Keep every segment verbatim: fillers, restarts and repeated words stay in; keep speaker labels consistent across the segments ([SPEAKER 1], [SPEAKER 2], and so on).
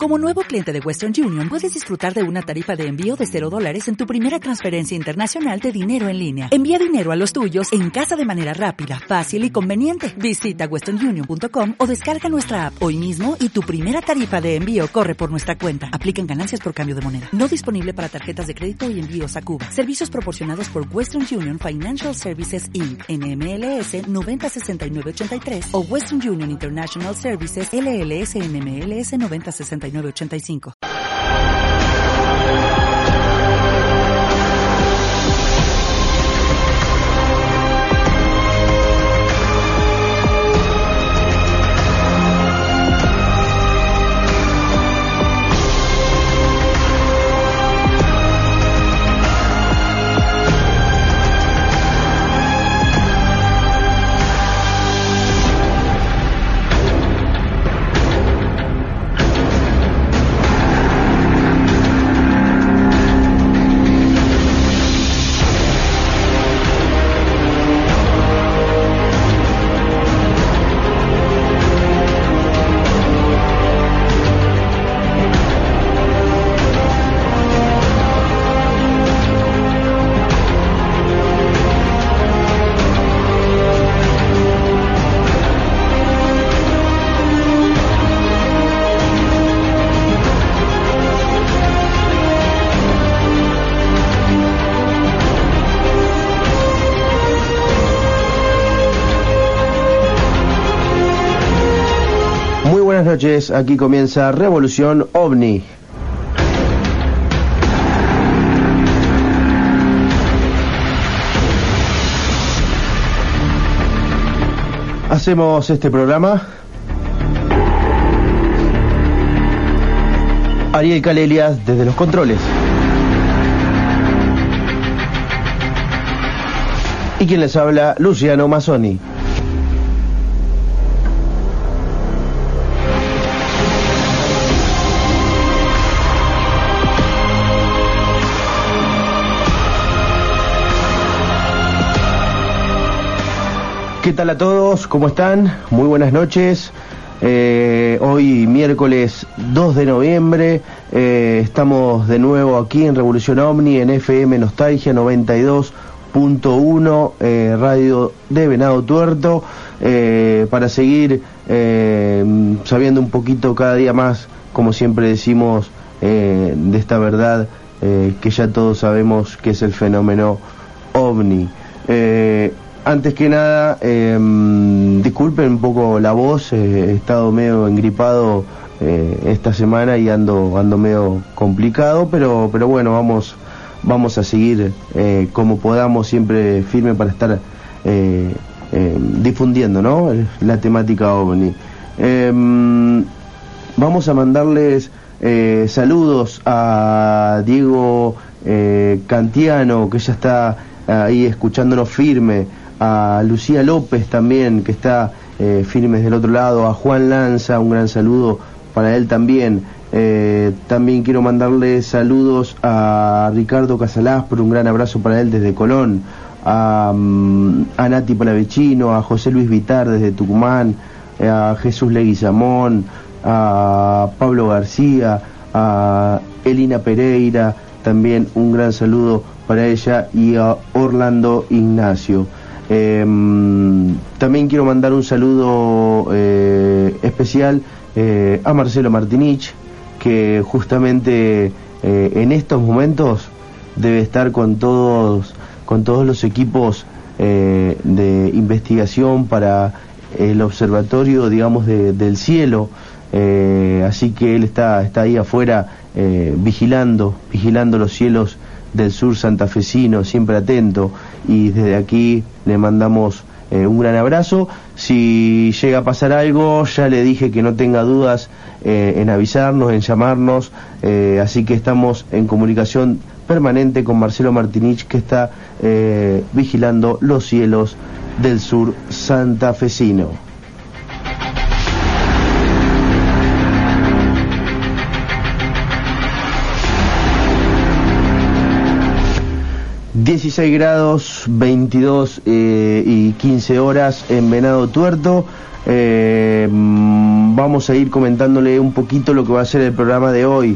[SPEAKER 1] Como nuevo cliente de Western Union, puedes disfrutar de una tarifa de envío de cero dólares en tu primera transferencia internacional de dinero en línea. Envía dinero a los tuyos en casa de manera rápida, fácil y conveniente. Visita western union punto com o descarga nuestra app hoy mismo y tu primera tarifa de envío corre por nuestra cuenta. Aplican ganancias por cambio de moneda. No disponible para tarjetas de crédito y envíos a Cuba. Servicios proporcionados por Western Union Financial Services incorporated. N M L S noventa sesenta y nueve ochenta y tres o Western Union International Services L L S N M L S noventa sesenta y nueve ochenta y cinco.
[SPEAKER 2] Buenas noches, aquí comienza Revolución OVNI. Hacemos este programa Ariel Calelias desde los controles. Y quien les habla, Luciano Mazzoni. ¿Qué tal a todos? ¿Cómo están? Muy buenas noches. Eh, hoy miércoles dos de noviembre eh, estamos de nuevo aquí en Revolución OVNI en F M Nostalgia noventa y dos punto uno, eh, radio de Venado Tuerto, eh, para seguir eh, sabiendo un poquito cada día más, como siempre decimos, eh, de esta verdad eh, que ya todos sabemos que es el fenómeno OVNI. Eh, Antes que nada, eh, disculpen un poco la voz, eh, he estado medio engripado eh, esta semana y ando ando medio complicado, pero pero bueno, vamos vamos a seguir eh, como podamos, siempre firme para estar eh, eh, difundiendo, ¿no?, la temática OVNI. Eh, vamos a mandarles eh, saludos a Diego eh, Cantiano, que ya está ahí escuchándonos firme, a Lucía López también, que está eh, firme del otro lado, a Juan Lanza, un gran saludo para él también. Eh, también quiero mandarle saludos a Ricardo Casaláspero, un gran abrazo para él desde Colón, a, a Nati Palavecino, a José Luis Vitar desde Tucumán, a Jesús Leguizamón, a Pablo García, a Elina Pereira, también un gran saludo para ella, y a Orlando Ignacio. Eh, también quiero mandar un saludo eh, especial eh, a Marcelo Martinich, que justamente eh, en estos momentos debe estar con todos con todos los equipos eh, de investigación para el observatorio, digamos, de, del cielo, eh, así que él está está ahí afuera eh, vigilando vigilando los cielos del sur santafesino, siempre atento, y desde aquí le mandamos eh, un gran abrazo. Si llega a pasar algo, ya le dije que no tenga dudas eh, en avisarnos, en llamarnos, eh, así que estamos en comunicación permanente con Marcelo Martinich, que está eh, vigilando los cielos del sur santafesino. dieciséis grados, veintidós eh, y quince horas en Venado Tuerto. Eh, vamos a ir comentándole un poquito lo que va a ser el programa de hoy.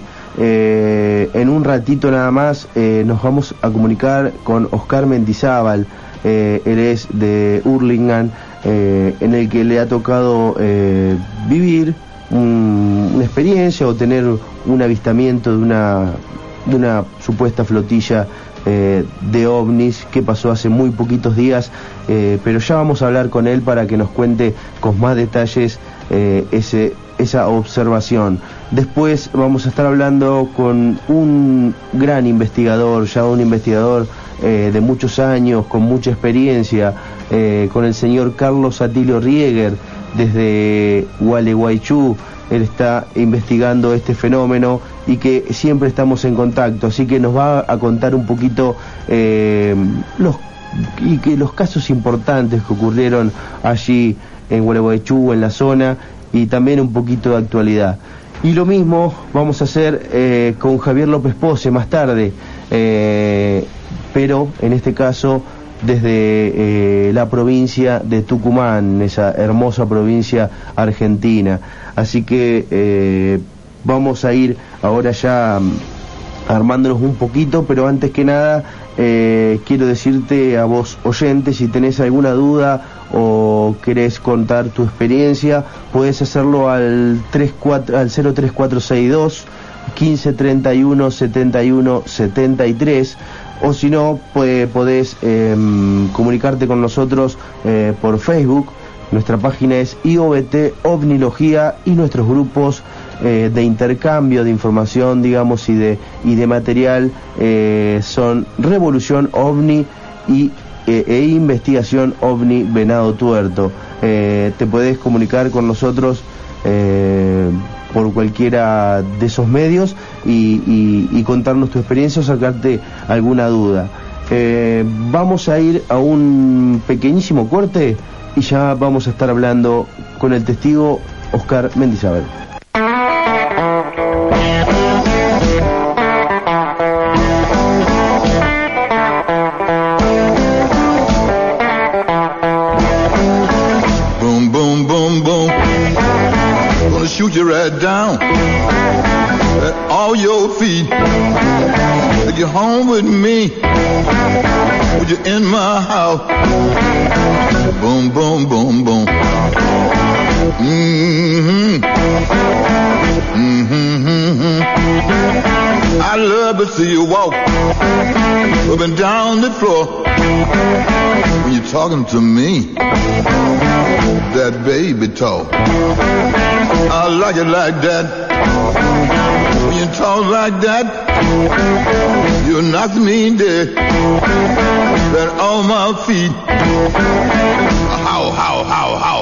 [SPEAKER 2] Eh, en un ratito nada más eh, nos vamos a comunicar con Oscar Mendizábal. Eh, él es de Hurlingham, eh, en el que le ha tocado eh, vivir un, una experiencia o tener un avistamiento de una, de una supuesta flotilla eh, de ovnis que pasó hace muy poquitos días, eh, pero ya vamos a hablar con él para que nos cuente con más detalles eh, ese, esa observación. Después vamos a estar hablando con un gran investigador, ya un investigador eh, de muchos años, con mucha experiencia, eh, con el señor Carlos Atilio Rieger, desde Gualeguaychú. Él está investigando este fenómeno y que siempre estamos en contacto, así que nos va a contar un poquito eh, los, y que los casos importantes que ocurrieron allí en Gualeguaychú, en la zona, y también un poquito de actualidad. Y lo mismo vamos a hacer eh, con Javier López Pose más tarde, eh, pero en este caso desde eh, la provincia de Tucumán, esa hermosa provincia argentina. Así que eh, vamos a ir ahora ya um, armándonos un poquito, pero antes que nada eh, quiero decirte a vos oyente, si tenés alguna duda o querés contar tu experiencia, puedes hacerlo al, tres cuatro, al cero tres cuatro seis dos, quince treinta y uno, setenta y uno, setenta y tres, o si no, pues, podés eh, comunicarte con nosotros eh, por Facebook. Nuestra página es I O B T Ovnilogía y nuestros grupos eh, de intercambio de información, digamos, y de, y de material eh, son Revolución OVNI y E, e Investigación OVNI Venado Tuerto. Eh, te podés comunicar con nosotros eh, por cualquiera de esos medios y, y, y contarnos tu experiencia o sacarte alguna duda. Eh, vamos a ir a un pequeñísimo corte y ya vamos a estar hablando con el testigo Oscar Mendizábal.
[SPEAKER 3] Shoot you right down at all your feet. Take you home with me. Put you in my house. Boom, boom, boom, boom. Mm-hmm. Mm-hmm, mm-hmm. I love to see you walk up and down the floor when you're talking to me. That baby talk. I like it like that. When you talk like that, you knock me dead. Then on my feet. How, how, how, how.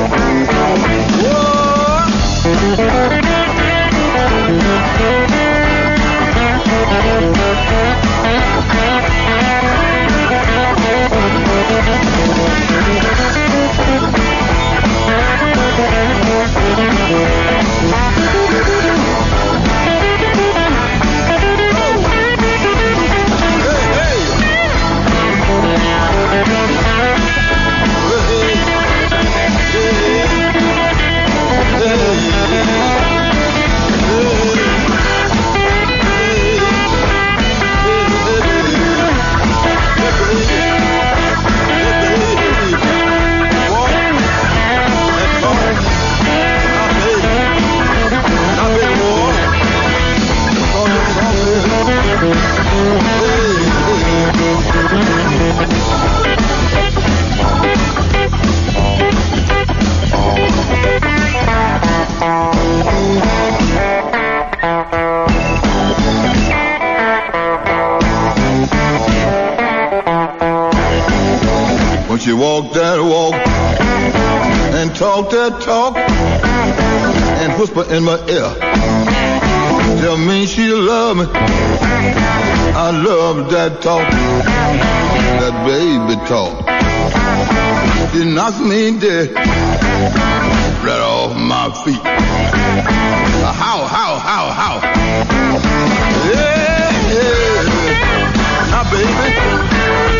[SPEAKER 3] She walk that walk and talk that talk and whisper in my ear. Tell me she love me. I love that talk, that baby talk. She knocks me dead right off my feet. How, how, how, how? Yeah, yeah. Now, baby.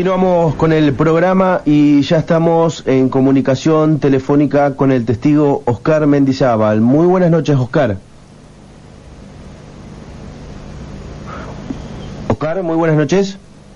[SPEAKER 2] Continuamos con el programa y ya estamos en comunicación telefónica con el testigo Oscar Mendizábal. Muy buenas noches, Oscar. Oscar, muy buenas noches.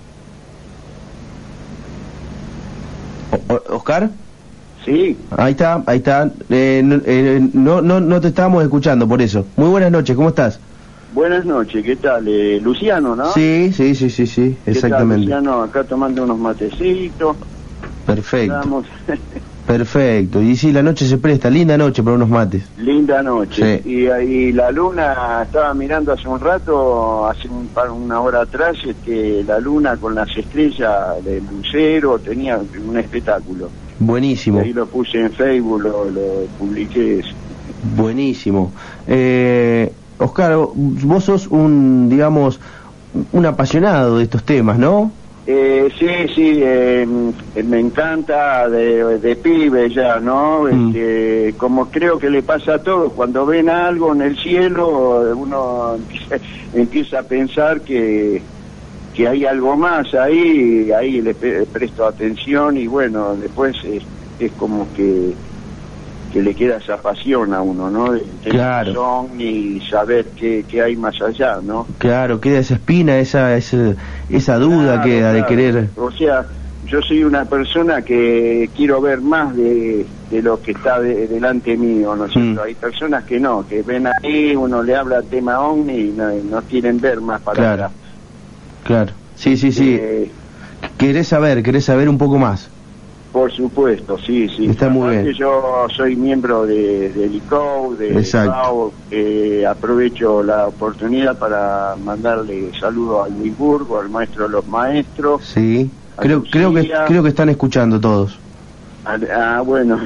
[SPEAKER 2] O- o- Oscar.
[SPEAKER 4] Sí.
[SPEAKER 2] Ahí está, ahí está. Eh, no, eh, no, no, no te estábamos escuchando, por eso. Muy buenas noches, ¿cómo estás?
[SPEAKER 4] Buenas noches, ¿qué tal? Eh, Luciano, ¿no?
[SPEAKER 2] Sí, sí, sí, sí, sí,
[SPEAKER 4] ¿Qué
[SPEAKER 2] exactamente.
[SPEAKER 4] tal, Luciano? Acá tomando unos matecitos.
[SPEAKER 2] Perfecto,
[SPEAKER 4] Estamos...
[SPEAKER 2] perfecto. Y sí, la noche se presta, linda noche para unos mates.
[SPEAKER 4] Linda noche.
[SPEAKER 2] Sí.
[SPEAKER 4] Y ahí la luna, estaba mirando hace un rato, hace un, par- una hora atrás, este, la luna con las estrellas del lucero, tenía un espectáculo.
[SPEAKER 2] Buenísimo,
[SPEAKER 4] Ahí lo puse en Facebook, lo, lo publiqué.
[SPEAKER 2] buenísimo. Eh, Oscar, vos sos un, digamos, un apasionado de estos temas, ¿no?
[SPEAKER 4] Eh, sí, sí, eh, me encanta de, de pibe ya, ¿no?
[SPEAKER 2] Mm.
[SPEAKER 4] Este, como creo que le pasa a todos, cuando ven algo en el cielo, uno empieza, empieza a pensar que, que hay algo más ahí, ahí le pe- presto atención y bueno, después es, es como que, que le queda esa pasión a uno, ¿no? De tener
[SPEAKER 2] Claro.
[SPEAKER 4] razón y saber qué, qué hay más allá, ¿no?
[SPEAKER 2] Claro, queda esa espina, esa esa, esa duda
[SPEAKER 4] Claro,
[SPEAKER 2] queda de
[SPEAKER 4] claro.
[SPEAKER 2] querer.
[SPEAKER 4] O sea, yo soy una persona que quiero ver más de, de lo que está de- delante mío, ¿no es cierto?
[SPEAKER 2] Mm.
[SPEAKER 4] Hay personas que no, que ven ahí, uno le habla tema ovni y no, y no quieren ver más para
[SPEAKER 2] Claro.
[SPEAKER 4] atrás.
[SPEAKER 2] Claro, sí, sí, sí.
[SPEAKER 4] Eh,
[SPEAKER 2] Querés saber, querés saber un poco más.
[SPEAKER 4] por supuesto, sí, sí.
[SPEAKER 2] Está muy
[SPEAKER 4] Aparte,
[SPEAKER 2] bien.
[SPEAKER 4] yo soy miembro de, del I C O U, de
[SPEAKER 2] Exacto.
[SPEAKER 4] C A O, eh, aprovecho la oportunidad para mandarle saludos a Luis Burgo, al maestro de los maestros.
[SPEAKER 2] Sí.
[SPEAKER 4] A
[SPEAKER 2] Creo, creo que
[SPEAKER 4] Lucía.
[SPEAKER 2] creo que están escuchando todos.
[SPEAKER 4] A- Ah, bueno,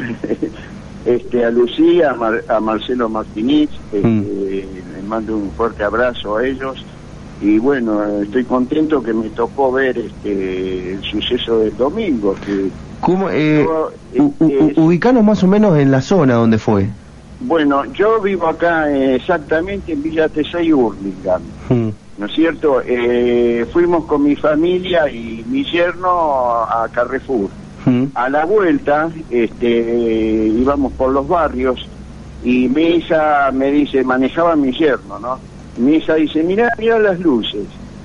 [SPEAKER 4] este, a Lucía, a, Mar- a Marcelo Martínez, este,
[SPEAKER 2] Mm.
[SPEAKER 4] les mando un fuerte abrazo a ellos y bueno, estoy contento que me tocó ver este el suceso del domingo. Que,
[SPEAKER 2] ¿Cómo, eh,
[SPEAKER 4] Yo,
[SPEAKER 2] u- u-
[SPEAKER 4] este, es-
[SPEAKER 2] ubicanos más o menos en la zona donde fue?
[SPEAKER 4] bueno, yo vivo acá eh, exactamente en Villa Tesey, Hurlingham,
[SPEAKER 2] Mm.
[SPEAKER 4] ¿no es cierto? Eh, fuimos con mi familia y mi yerno a Carrefour.
[SPEAKER 2] Mm.
[SPEAKER 4] A la vuelta, este, íbamos por los barrios y mi hija me dice, manejaba mi yerno, ¿no? Mi hija dice, mirá, mirá las luces.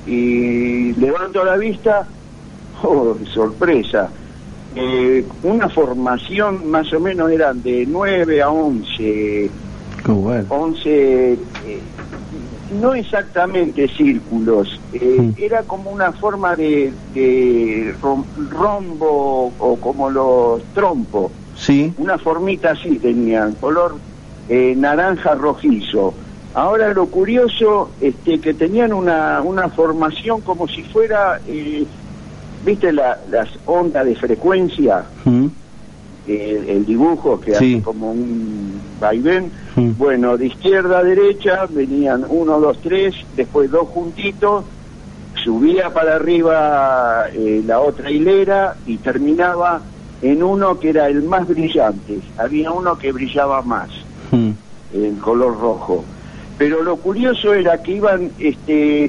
[SPEAKER 4] Y levanto la vista, oh, sorpresa. Eh, una formación más o menos eran de nueve a once,
[SPEAKER 2] Qué bueno.
[SPEAKER 4] once, eh, no exactamente círculos, eh,
[SPEAKER 2] Mm.
[SPEAKER 4] era como una forma de, de rom- rombo o como los trompos,
[SPEAKER 2] Sí.
[SPEAKER 4] una formita así tenían, color eh, naranja rojizo. Ahora lo curioso este que tenían una, una formación como si fuera, eh, ¿viste la, las ondas de frecuencia?
[SPEAKER 2] Mm.
[SPEAKER 4] El, el dibujo que
[SPEAKER 2] Sí.
[SPEAKER 4] hace como un vaivén.
[SPEAKER 2] Mm.
[SPEAKER 4] Bueno, de izquierda a derecha venían uno, dos, tres, después dos juntitos, subía para arriba eh, la otra hilera y terminaba en uno que era el más brillante. Había uno que brillaba más,
[SPEAKER 2] Mm.
[SPEAKER 4] el color rojo. Pero lo curioso era que iban, este,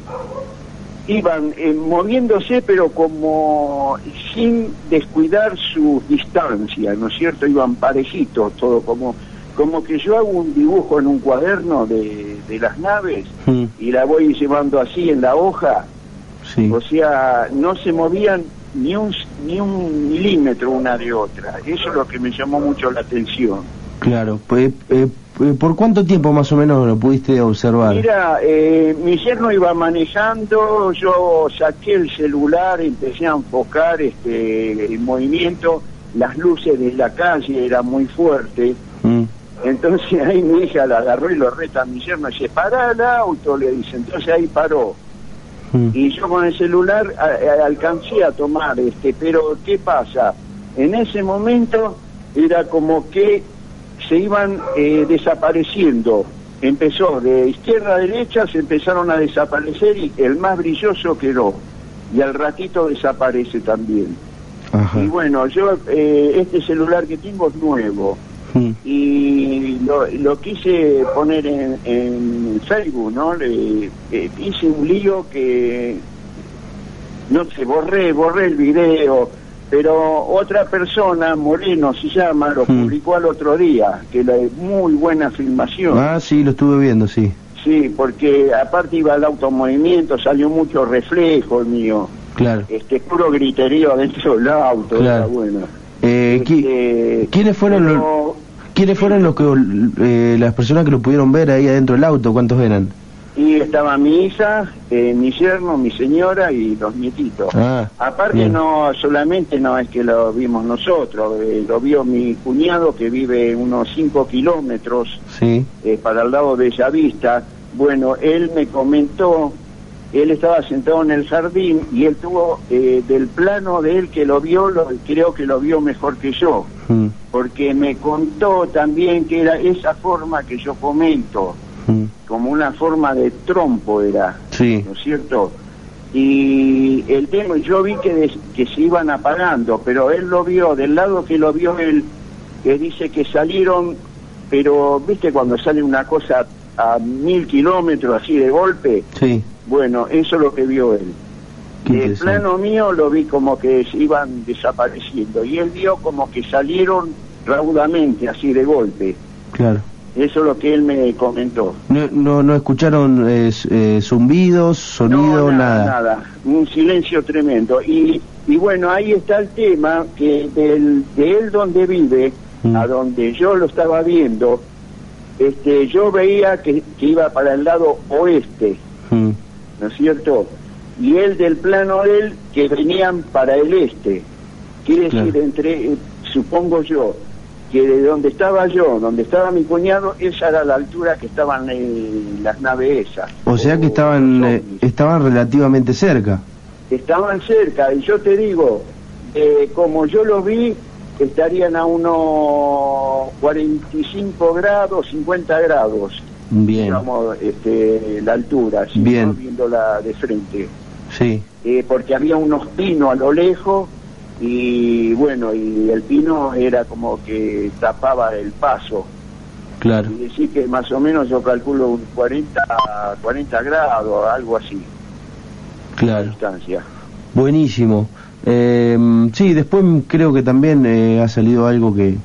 [SPEAKER 4] iban eh, moviéndose, pero como sin descuidar su distancia, ¿no es cierto? Iban parejitos, todo como, como que yo hago un dibujo en un cuaderno de, de las naves
[SPEAKER 2] Mm.
[SPEAKER 4] y la voy llevando así en la hoja,
[SPEAKER 2] Sí.
[SPEAKER 4] o sea, no se movían ni un, ni un milímetro una de otra. Eso es lo que me llamó mucho la atención.
[SPEAKER 2] Claro. Pues, eh, eh, ¿por cuánto tiempo más o menos lo pudiste observar?
[SPEAKER 4] Mira, eh, mi yerno iba manejando, yo saqué el celular, empecé a enfocar este el movimiento, las luces de la calle eran muy fuertes,
[SPEAKER 2] Mm.
[SPEAKER 4] entonces ahí mi hija la agarró y lo reta a mi yerno, dice, pará el auto, le dice, entonces ahí paró,
[SPEAKER 2] Mm.
[SPEAKER 4] y yo con el celular a- a- alcancé a tomar, este pero ¿qué pasa? En ese momento era como que se iban eh, desapareciendo. Empezó de izquierda a derecha, se empezaron a desaparecer y el más brilloso quedó. Y al ratito desaparece también.
[SPEAKER 2] Ajá.
[SPEAKER 4] Y bueno, yo eh, este celular que tengo es nuevo
[SPEAKER 2] Mm.
[SPEAKER 4] y lo, lo quise poner en, en Facebook, ¿no? Le, eh, hice un lío que no sé, borré, borré el video, pero otra persona, Moreno se llama, lo
[SPEAKER 2] Mm.
[SPEAKER 4] publicó al otro día, que la muy buena filmación.
[SPEAKER 2] Ah, sí, lo estuve viendo, sí.
[SPEAKER 4] Sí, porque aparte iba al automovimiento, salió mucho reflejo el mío.
[SPEAKER 2] Claro.
[SPEAKER 4] Este, puro griterío dentro del auto,
[SPEAKER 2] Claro.
[SPEAKER 4] era bueno.
[SPEAKER 2] Eh, qui-
[SPEAKER 4] Este,
[SPEAKER 2] ¿Quiénes fueron los,
[SPEAKER 4] pero-
[SPEAKER 2] ¿quiénes fueron los que eh, las personas que lo pudieron ver ahí adentro del auto? ¿Cuántos eran?
[SPEAKER 4] Y estaba mi hija, eh, mi yerno, mi señora y los nietitos.
[SPEAKER 2] Ah,
[SPEAKER 4] Aparte
[SPEAKER 2] bien.
[SPEAKER 4] no solamente no es que lo vimos nosotros, eh, lo vio mi cuñado que vive unos cinco kilómetros
[SPEAKER 2] Sí.
[SPEAKER 4] eh, para el lado de Bellavista. Bueno, él me comentó, él estaba sentado en el jardín y él tuvo eh, del plano de él que lo vio, lo, creo que lo vio mejor que yo,
[SPEAKER 2] Mm,
[SPEAKER 4] porque me contó también que era esa forma que yo comento,
[SPEAKER 2] mm,
[SPEAKER 4] como una forma de trompo era,
[SPEAKER 2] Sí.
[SPEAKER 4] ¿no es cierto? Y el tema, yo vi que, des- que se iban apagando, pero él lo vio, del lado que lo vio él, que dice que salieron, pero viste cuando sale una cosa a mil kilómetros así de golpe,
[SPEAKER 2] Sí.
[SPEAKER 4] bueno, eso es lo que vio él.
[SPEAKER 2] Qué
[SPEAKER 4] El
[SPEAKER 2] interesante.
[SPEAKER 4] plano mío lo vi como que se iban desapareciendo y él vio como que salieron raudamente así de golpe.
[SPEAKER 2] Claro.
[SPEAKER 4] Eso es lo que él me comentó.
[SPEAKER 2] No, no, no escucharon eh, s- eh, zumbidos, sonido,
[SPEAKER 4] No,
[SPEAKER 2] nada.
[SPEAKER 4] nada, un silencio tremendo. Y, y bueno, ahí está el tema, que del, de él donde vive,
[SPEAKER 2] Mm.
[SPEAKER 4] a donde yo lo estaba viendo, este, yo veía que, que iba para el lado oeste,
[SPEAKER 2] Mm,
[SPEAKER 4] ¿no es cierto? Y él del plano de él, que venían para el este. Quiere
[SPEAKER 2] Claro.
[SPEAKER 4] decir, entre, eh, supongo yo, que de donde estaba yo, donde estaba mi cuñado, esa era la altura que estaban eh, las naves esas.
[SPEAKER 2] O sea que
[SPEAKER 4] o
[SPEAKER 2] estaban
[SPEAKER 4] los
[SPEAKER 2] eh,
[SPEAKER 4] ovnis.
[SPEAKER 2] estaban relativamente cerca.
[SPEAKER 4] Estaban cerca, y yo te digo, eh, como yo los vi, estarían a unos cuarenta y cinco grados, cincuenta grados,
[SPEAKER 2] Bien.
[SPEAKER 4] digamos, este, la altura, así,
[SPEAKER 2] Bien.
[SPEAKER 4] ¿no? Viéndola de frente.
[SPEAKER 2] Sí.
[SPEAKER 4] Eh, porque había unos pinos a lo lejos, y bueno, y el pino era como que tapaba el paso.
[SPEAKER 2] Claro.
[SPEAKER 4] Y decir que más o menos yo calculo un cuarenta, cuarenta grados, algo así, a
[SPEAKER 2] Claro.
[SPEAKER 4] distancia.
[SPEAKER 2] Buenísimo. Eh, sí, después creo que también eh, ha salido algo que eh,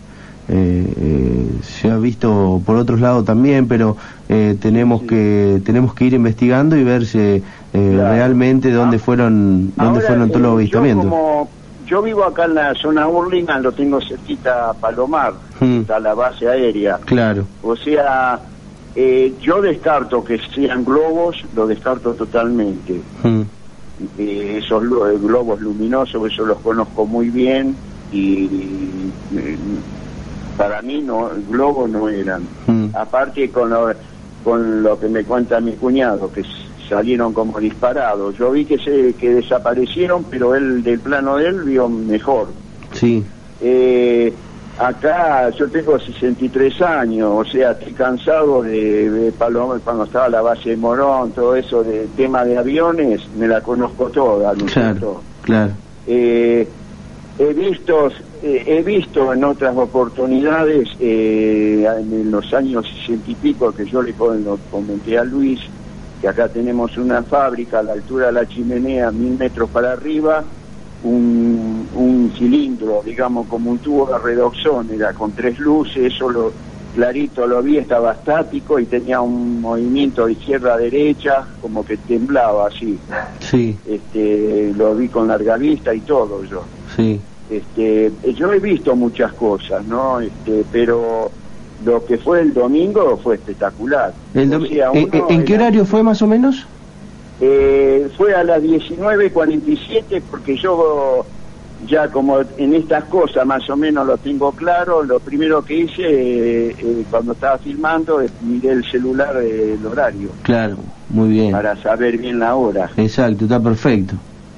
[SPEAKER 2] eh, se ha visto por otros lados también, pero eh, tenemos
[SPEAKER 4] Sí.
[SPEAKER 2] que tenemos que ir investigando y ver si, eh,
[SPEAKER 4] Claro.
[SPEAKER 2] realmente dónde
[SPEAKER 4] Ah,
[SPEAKER 2] fueron dónde
[SPEAKER 4] Ahora,
[SPEAKER 2] fueron todos los
[SPEAKER 4] eh,
[SPEAKER 2] avistamientos.
[SPEAKER 4] Yo, como, yo vivo acá en la zona Hurlingham, lo tengo cerquita a Palomar,
[SPEAKER 2] Mm.
[SPEAKER 4] está la base aérea.
[SPEAKER 2] Claro.
[SPEAKER 4] O sea, eh, yo descarto que sean globos, lo descarto totalmente.
[SPEAKER 2] Mm,
[SPEAKER 4] Eh, esos lu- eh, globos luminosos, eso los conozco muy bien y eh, para mí no, globos no eran.
[SPEAKER 2] mm,
[SPEAKER 4] Aparte con lo, con lo que me cuenta mi cuñado, que s- salieron como disparados. Yo vi que se que desaparecieron, pero él del plano de él vio mejor.
[SPEAKER 2] sí.
[SPEAKER 4] Eh, acá yo tengo sesenta y tres años, o sea, estoy cansado de, de Paloma, cuando estaba la base de Morón, todo eso de tema de aviones, me la conozco toda, ¿no es
[SPEAKER 2] Claro.
[SPEAKER 4] cierto?
[SPEAKER 2] Claro.
[SPEAKER 4] Eh, he visto eh, he visto en otras oportunidades, eh, en los años sesenta y pico, que yo le con- lo comenté a Luis, que acá tenemos una fábrica a la altura de la chimenea, mil metros para arriba, un, un cilindro, digamos, como un tubo de redoxón, era con tres luces, eso lo clarito lo vi, estaba estático y tenía un movimiento de izquierda a derecha, como que temblaba así.
[SPEAKER 2] Sí.
[SPEAKER 4] Este, lo vi con larga vista y todo yo.
[SPEAKER 2] Sí.
[SPEAKER 4] Este, yo he visto muchas cosas, ¿no? Este, pero lo que fue el domingo fue espectacular.
[SPEAKER 2] El
[SPEAKER 4] O
[SPEAKER 2] domi-
[SPEAKER 4] sea,
[SPEAKER 2] ¿en,
[SPEAKER 4] uno
[SPEAKER 2] en qué
[SPEAKER 4] era-
[SPEAKER 2] horario fue más o menos?
[SPEAKER 4] Eh, fue a las diecinueve cuarenta y siete, porque yo ya como en estas cosas más o menos lo tengo claro. Lo primero que hice eh, eh, cuando estaba filmando es miré el celular del horario
[SPEAKER 2] Claro, muy bien.
[SPEAKER 4] para saber bien la hora.
[SPEAKER 2] Exacto, está perfecto.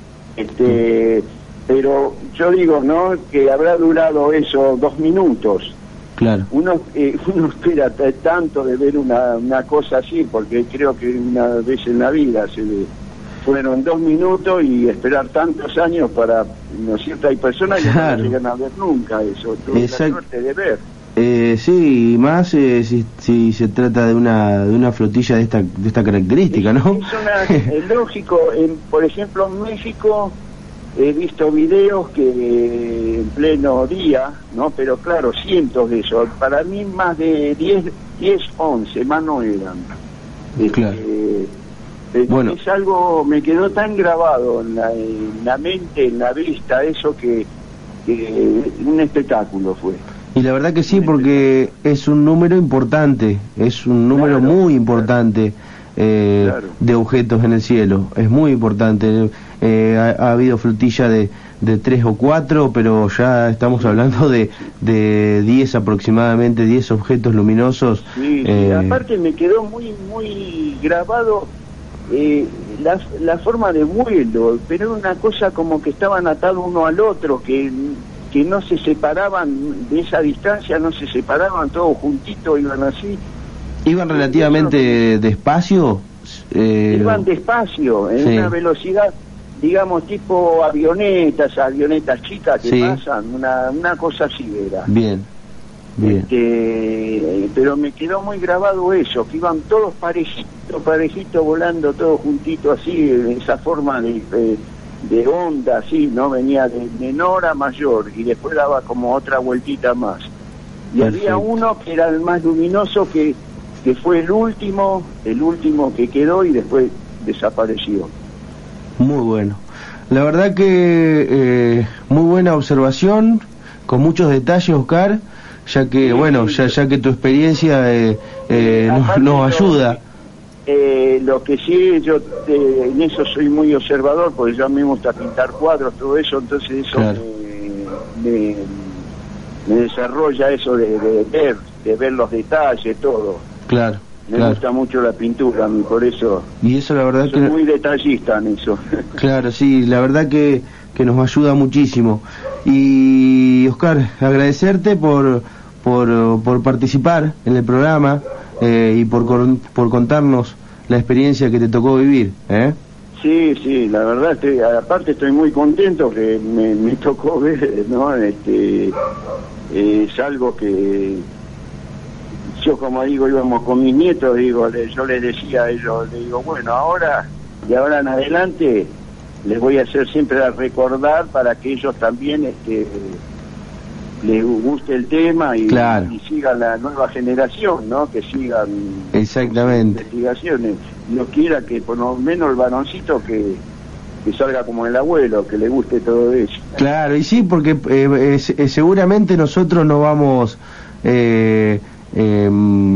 [SPEAKER 4] Este, pero yo digo, ¿no? Que habrá durado eso dos minutos.
[SPEAKER 2] Claro.
[SPEAKER 4] Uno eh, uno espera t- tanto de ver una, una cosa así, porque creo que una vez en la vida se ve. Fueron dos minutos y esperar tantos años para, ¿no es cierto? Hay personas que
[SPEAKER 2] Claro.
[SPEAKER 4] no llegan a ver nunca eso, tuve la
[SPEAKER 2] Exacto.
[SPEAKER 4] suerte de ver.
[SPEAKER 2] Eh, sí, y más eh, si, si se trata de una de una flotilla de esta de esta característica, ¿no?
[SPEAKER 4] Es, una, es lógico. En, por ejemplo, en México he visto videos que en pleno día, ¿no? Pero claro, cientos de esos. Para mí más de diez, once, más no eran.
[SPEAKER 2] Claro.
[SPEAKER 4] Este, eh,
[SPEAKER 2] bueno.
[SPEAKER 4] Es algo, me quedó tan grabado en la, en la mente, en la vista, eso que, que un espectáculo fue.
[SPEAKER 2] Y la verdad que sí, porque es un número importante, es un número claro, muy importante eh, claro. de objetos en el cielo, es muy importante. Eh, ha, ha habido flotilla de, de tres o cuatro, pero ya estamos hablando de de diez aproximadamente, diez objetos luminosos.
[SPEAKER 4] Sí,
[SPEAKER 2] eh,
[SPEAKER 4] sí, aparte me quedó muy muy grabado eh, la, la forma de vuelo, pero era una cosa como que estaban atados uno al otro, que que no se separaban de esa distancia, no se separaban, todos juntitos, iban así.
[SPEAKER 2] ¿Iban relativamente despacio?
[SPEAKER 4] Eh, iban despacio, en sí. una velocidad, digamos, tipo avionetas, avionetas chicas que sí. pasan, una, una cosa así era.
[SPEAKER 2] Bien, bien.
[SPEAKER 4] Este, pero me quedó muy grabado eso, que iban todos parejitos, parejitos, volando todos juntitos así, de esa forma de... Eh, de onda, así, ¿no? Venía de menor a mayor y después daba como otra vueltita más. Y perfecto. Había uno que era el más luminoso, que, que fue el último, el último que quedó y después desapareció.
[SPEAKER 2] Muy bueno. La verdad que eh, muy buena observación, con muchos detalles, Oscar, ya que, sí, bueno, sí, ya, ya que tu experiencia eh, eh, nos, nos ayuda.
[SPEAKER 4] Eh, lo que sí, yo eh, en eso soy muy observador, porque yo a mí me gusta pintar cuadros, todo eso, entonces eso claro. me, me, me desarrolla eso de, de ver, de ver los detalles, todo.
[SPEAKER 2] Claro.
[SPEAKER 4] Me
[SPEAKER 2] claro.
[SPEAKER 4] gusta mucho la pintura, por eso.
[SPEAKER 2] Y eso la verdad
[SPEAKER 4] soy
[SPEAKER 2] que
[SPEAKER 4] muy detallista en eso.
[SPEAKER 2] Claro, sí, la verdad que que nos ayuda muchísimo. Y Oscar, agradecerte por por por participar en el programa. Eh, y por por contarnos la experiencia que te tocó vivir, ¿eh?
[SPEAKER 4] Sí, sí, la verdad, estoy, aparte estoy muy contento que me, me tocó ver, ¿no? Este, eh, es algo que yo, como digo, íbamos con mis nietos, digo, le, yo les decía a ellos, le digo, bueno, ahora, de ahora en adelante, les voy a hacer siempre a recordar para que ellos también, este, les guste el tema y,
[SPEAKER 2] claro.
[SPEAKER 4] y sigan la nueva generación, ¿no? Que sigan
[SPEAKER 2] exactamente
[SPEAKER 4] investigaciones. Dios quiera que por lo menos el varoncito que, que salga como el abuelo, que le guste todo eso.
[SPEAKER 2] Claro, y sí, porque eh, eh, seguramente nosotros no vamos eh, eh,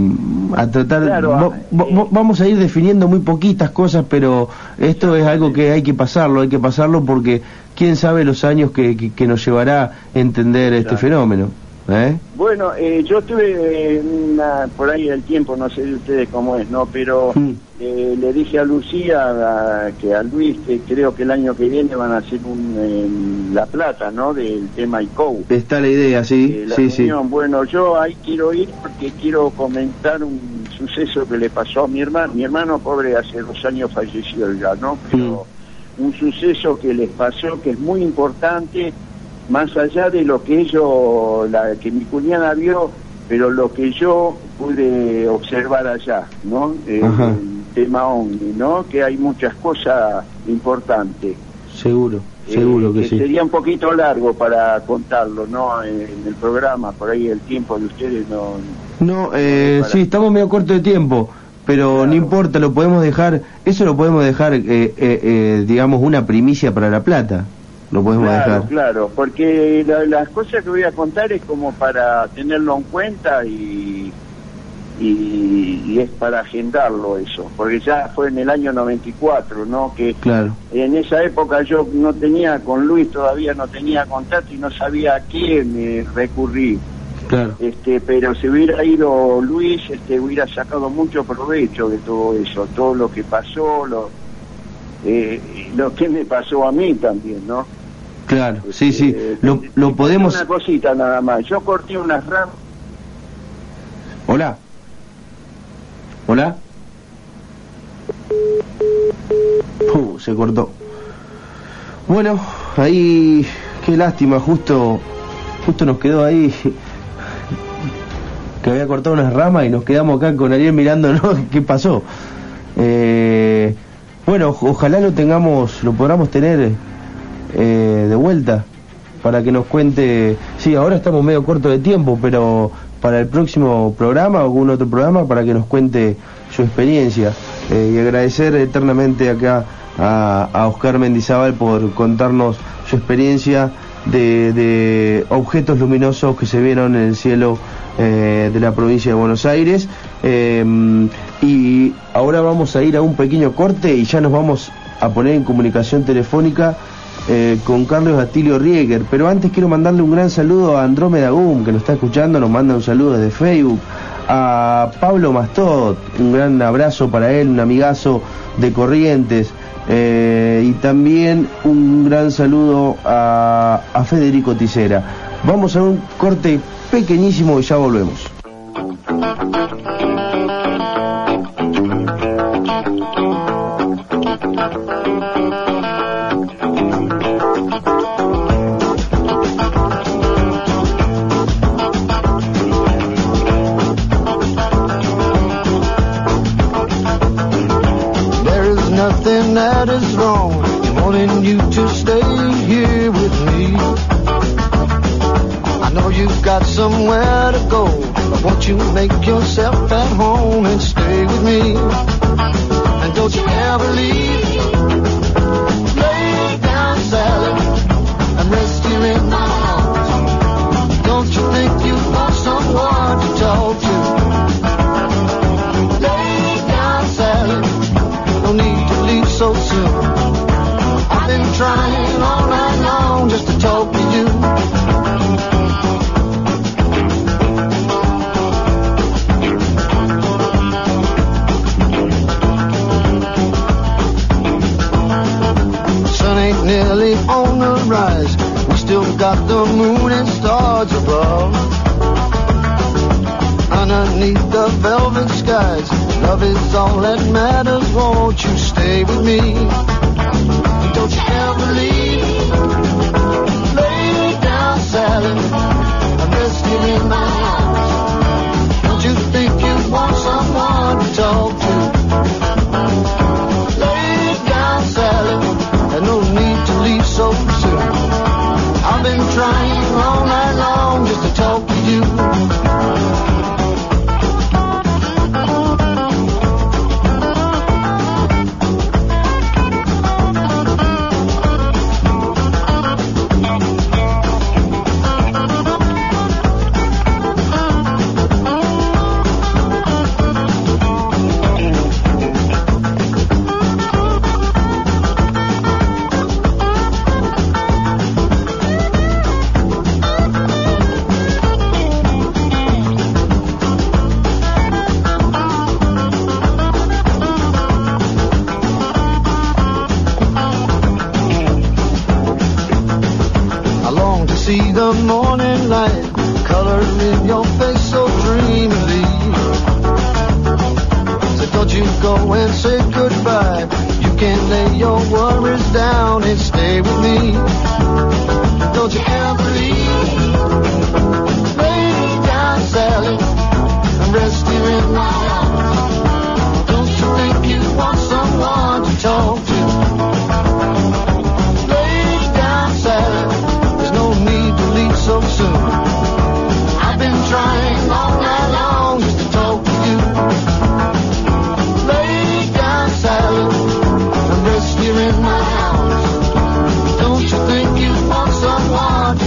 [SPEAKER 2] a tratar,
[SPEAKER 4] claro,
[SPEAKER 2] va, va, vamos a ir definiendo muy poquitas cosas, pero esto es algo que hay que pasarlo, hay que pasarlo porque quién sabe los años que, que, que nos llevará a entender este claro. fenómeno. ¿Eh?
[SPEAKER 4] Bueno, eh, yo tuve una, por ahí el tiempo, no sé de ustedes cómo es, ¿no? Pero mm. eh, le dije a Lucía, a, que a Luis, que creo que el año que viene van a hacer un, eh, La Plata, ¿no? Del tema I C O U.
[SPEAKER 2] Está la idea, sí,
[SPEAKER 4] eh, la
[SPEAKER 2] sí,
[SPEAKER 4] reunión.
[SPEAKER 2] sí.
[SPEAKER 4] Bueno, yo ahí quiero ir porque quiero comentar un suceso que le pasó a mi hermano. Mi hermano, pobre, hace dos años falleció ya, ¿no? Pero mm. un suceso que les pasó que es muy importante, más allá de lo que ellos, la que mi cuñada vio, pero lo que yo pude observar allá, ¿no? Eh, el tema OVNI, ¿no? Que hay muchas cosas importantes.
[SPEAKER 2] Seguro, seguro
[SPEAKER 4] eh,
[SPEAKER 2] que,
[SPEAKER 4] que
[SPEAKER 2] sí.
[SPEAKER 4] Sería un poquito largo para contarlo, ¿no? En, en el programa, por ahí el tiempo de ustedes no...
[SPEAKER 2] No, eh, para... sí, estamos medio corto de tiempo, pero claro. no importa, lo podemos dejar, eso lo podemos dejar, eh, eh, eh, digamos, una primicia para La Plata. Lo podemos
[SPEAKER 4] claro,
[SPEAKER 2] dejar.
[SPEAKER 4] Claro, porque la, las cosas que voy a contar es como para tenerlo en cuenta y, y, y es para agendarlo eso, porque ya fue en el año noventa y cuatro, ¿no? Que
[SPEAKER 2] claro.
[SPEAKER 4] en esa época yo no tenía, con Luis todavía no tenía contacto y no sabía a quién eh, recurrir.
[SPEAKER 2] Claro.
[SPEAKER 4] Este, pero si hubiera ido Luis, este, hubiera sacado mucho provecho de todo eso, todo lo que pasó, lo, eh, lo que me pasó a mí también, ¿no?
[SPEAKER 2] Claro,
[SPEAKER 4] este,
[SPEAKER 2] sí, sí,
[SPEAKER 4] eh,
[SPEAKER 2] lo, lo podemos...
[SPEAKER 4] Una cosita nada más, yo corté unas ramas...
[SPEAKER 2] Hola. Hola. Uh, se cortó. Bueno, ahí, qué lástima, justo, justo nos quedó ahí que había cortado unas ramas y nos quedamos acá con Ariel mirándonos qué pasó. Eh, bueno, ojalá lo tengamos, lo podamos tener eh, de vuelta para que nos cuente. Sí, ahora estamos medio corto de tiempo, pero para el próximo programa o algún otro programa para que nos cuente su experiencia. Eh, y agradecer eternamente acá a, a Oscar Mendizábal por contarnos su experiencia de, de objetos luminosos que se vieron en el cielo eh, de la provincia de Buenos Aires. Eh, y ahora vamos a ir a un pequeño corte y ya nos vamos a poner en comunicación telefónica eh, con Carlos Atilio Rieger. Pero antes quiero mandarle un gran saludo a Andrómeda Gum, que nos está escuchando, nos manda un saludo desde Facebook. A Pablo Mastot, un gran abrazo para él, un amigazo de Corrientes. Eh, y también un gran saludo a, a Federico Tisera. Vamos a un corte pequeñísimo y ya volvemos.
[SPEAKER 5] That is wrong, wanting you to stay here with me. I know you've got somewhere to go, but won't you make yourself at home and stay with me? And don't you ever leave. Lay down, Sally, and rest here in my arms. Don't you think you want someone to talk to? Lay down, Sally, no need to leave so soon. I've been trying all night long just to talk to you. Sun ain't nearly on the rise. We still got the moon and stars above. Underneath the velvet skies, love is all that matters. Won't you stay with me? And don't you ever leave. Lay down, Sally, and rest here in my arms. Don't you think you want someone to talk to? Lay down, Sally, and no need to leave so soon. I've been trying all night long just to talk to you. See the morning light, color in your face so dreamily. So don't you go and say goodbye. You can lay your worries down and stay with me. Don't you ever leave. Lay down, Sally, and rest here in my arms. Don't you think you want someone to talk to? Lay down, Sally, so soon. I've been trying all night long just to talk to you. Lay down, Sally, and rest here in my arms. Don't you think you want someone to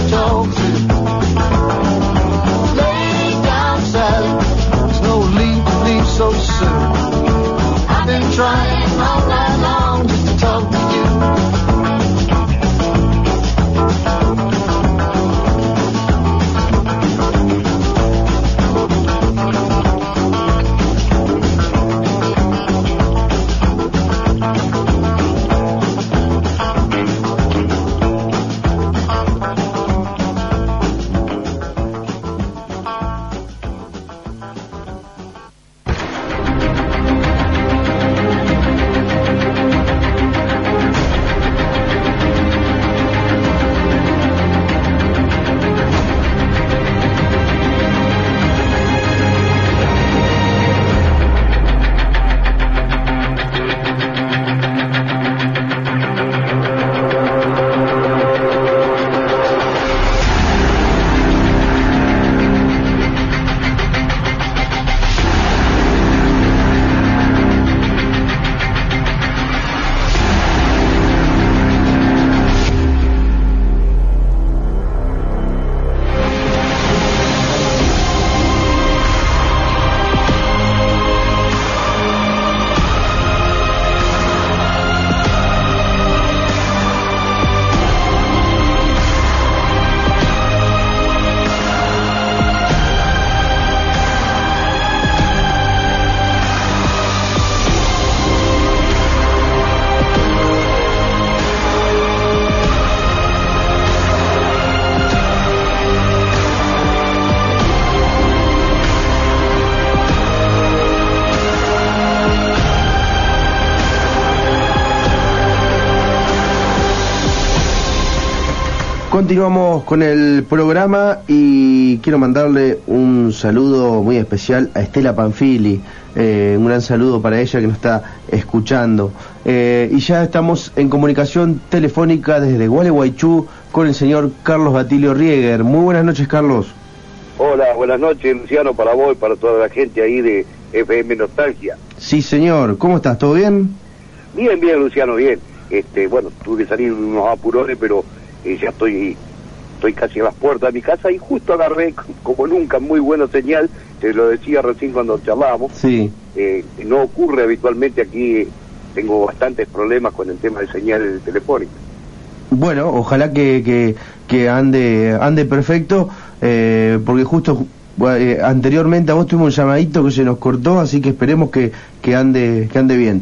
[SPEAKER 2] Continuamos con el programa y quiero mandarle un saludo muy especial a Estela Panfili, eh, un gran saludo para ella que nos está escuchando. Eh, y ya estamos en comunicación telefónica desde Gualeguaychú con el señor Carlos Batilio Rieger. Muy buenas noches, Carlos.
[SPEAKER 6] Hola, buenas noches, Luciano, para vos y para toda la gente ahí de F M Nostalgia.
[SPEAKER 2] Sí, señor. ¿Cómo estás? ¿Todo bien?
[SPEAKER 6] Bien, bien, Luciano, bien. Este, bueno, tuve que salir unos apurones, pero eh, ya estoy estoy casi a las puertas de mi casa y justo agarré, como nunca, muy buena señal. Te lo decía recién cuando charlábamos.
[SPEAKER 2] Sí.
[SPEAKER 6] Eh, no ocurre habitualmente aquí, tengo bastantes problemas con el tema de señal telefónica.
[SPEAKER 2] Bueno, ojalá que, que, que ande ande perfecto, eh, porque justo eh, anteriormente a vos tuvimos un llamadito que se nos cortó, así que esperemos que, que ande que ande bien.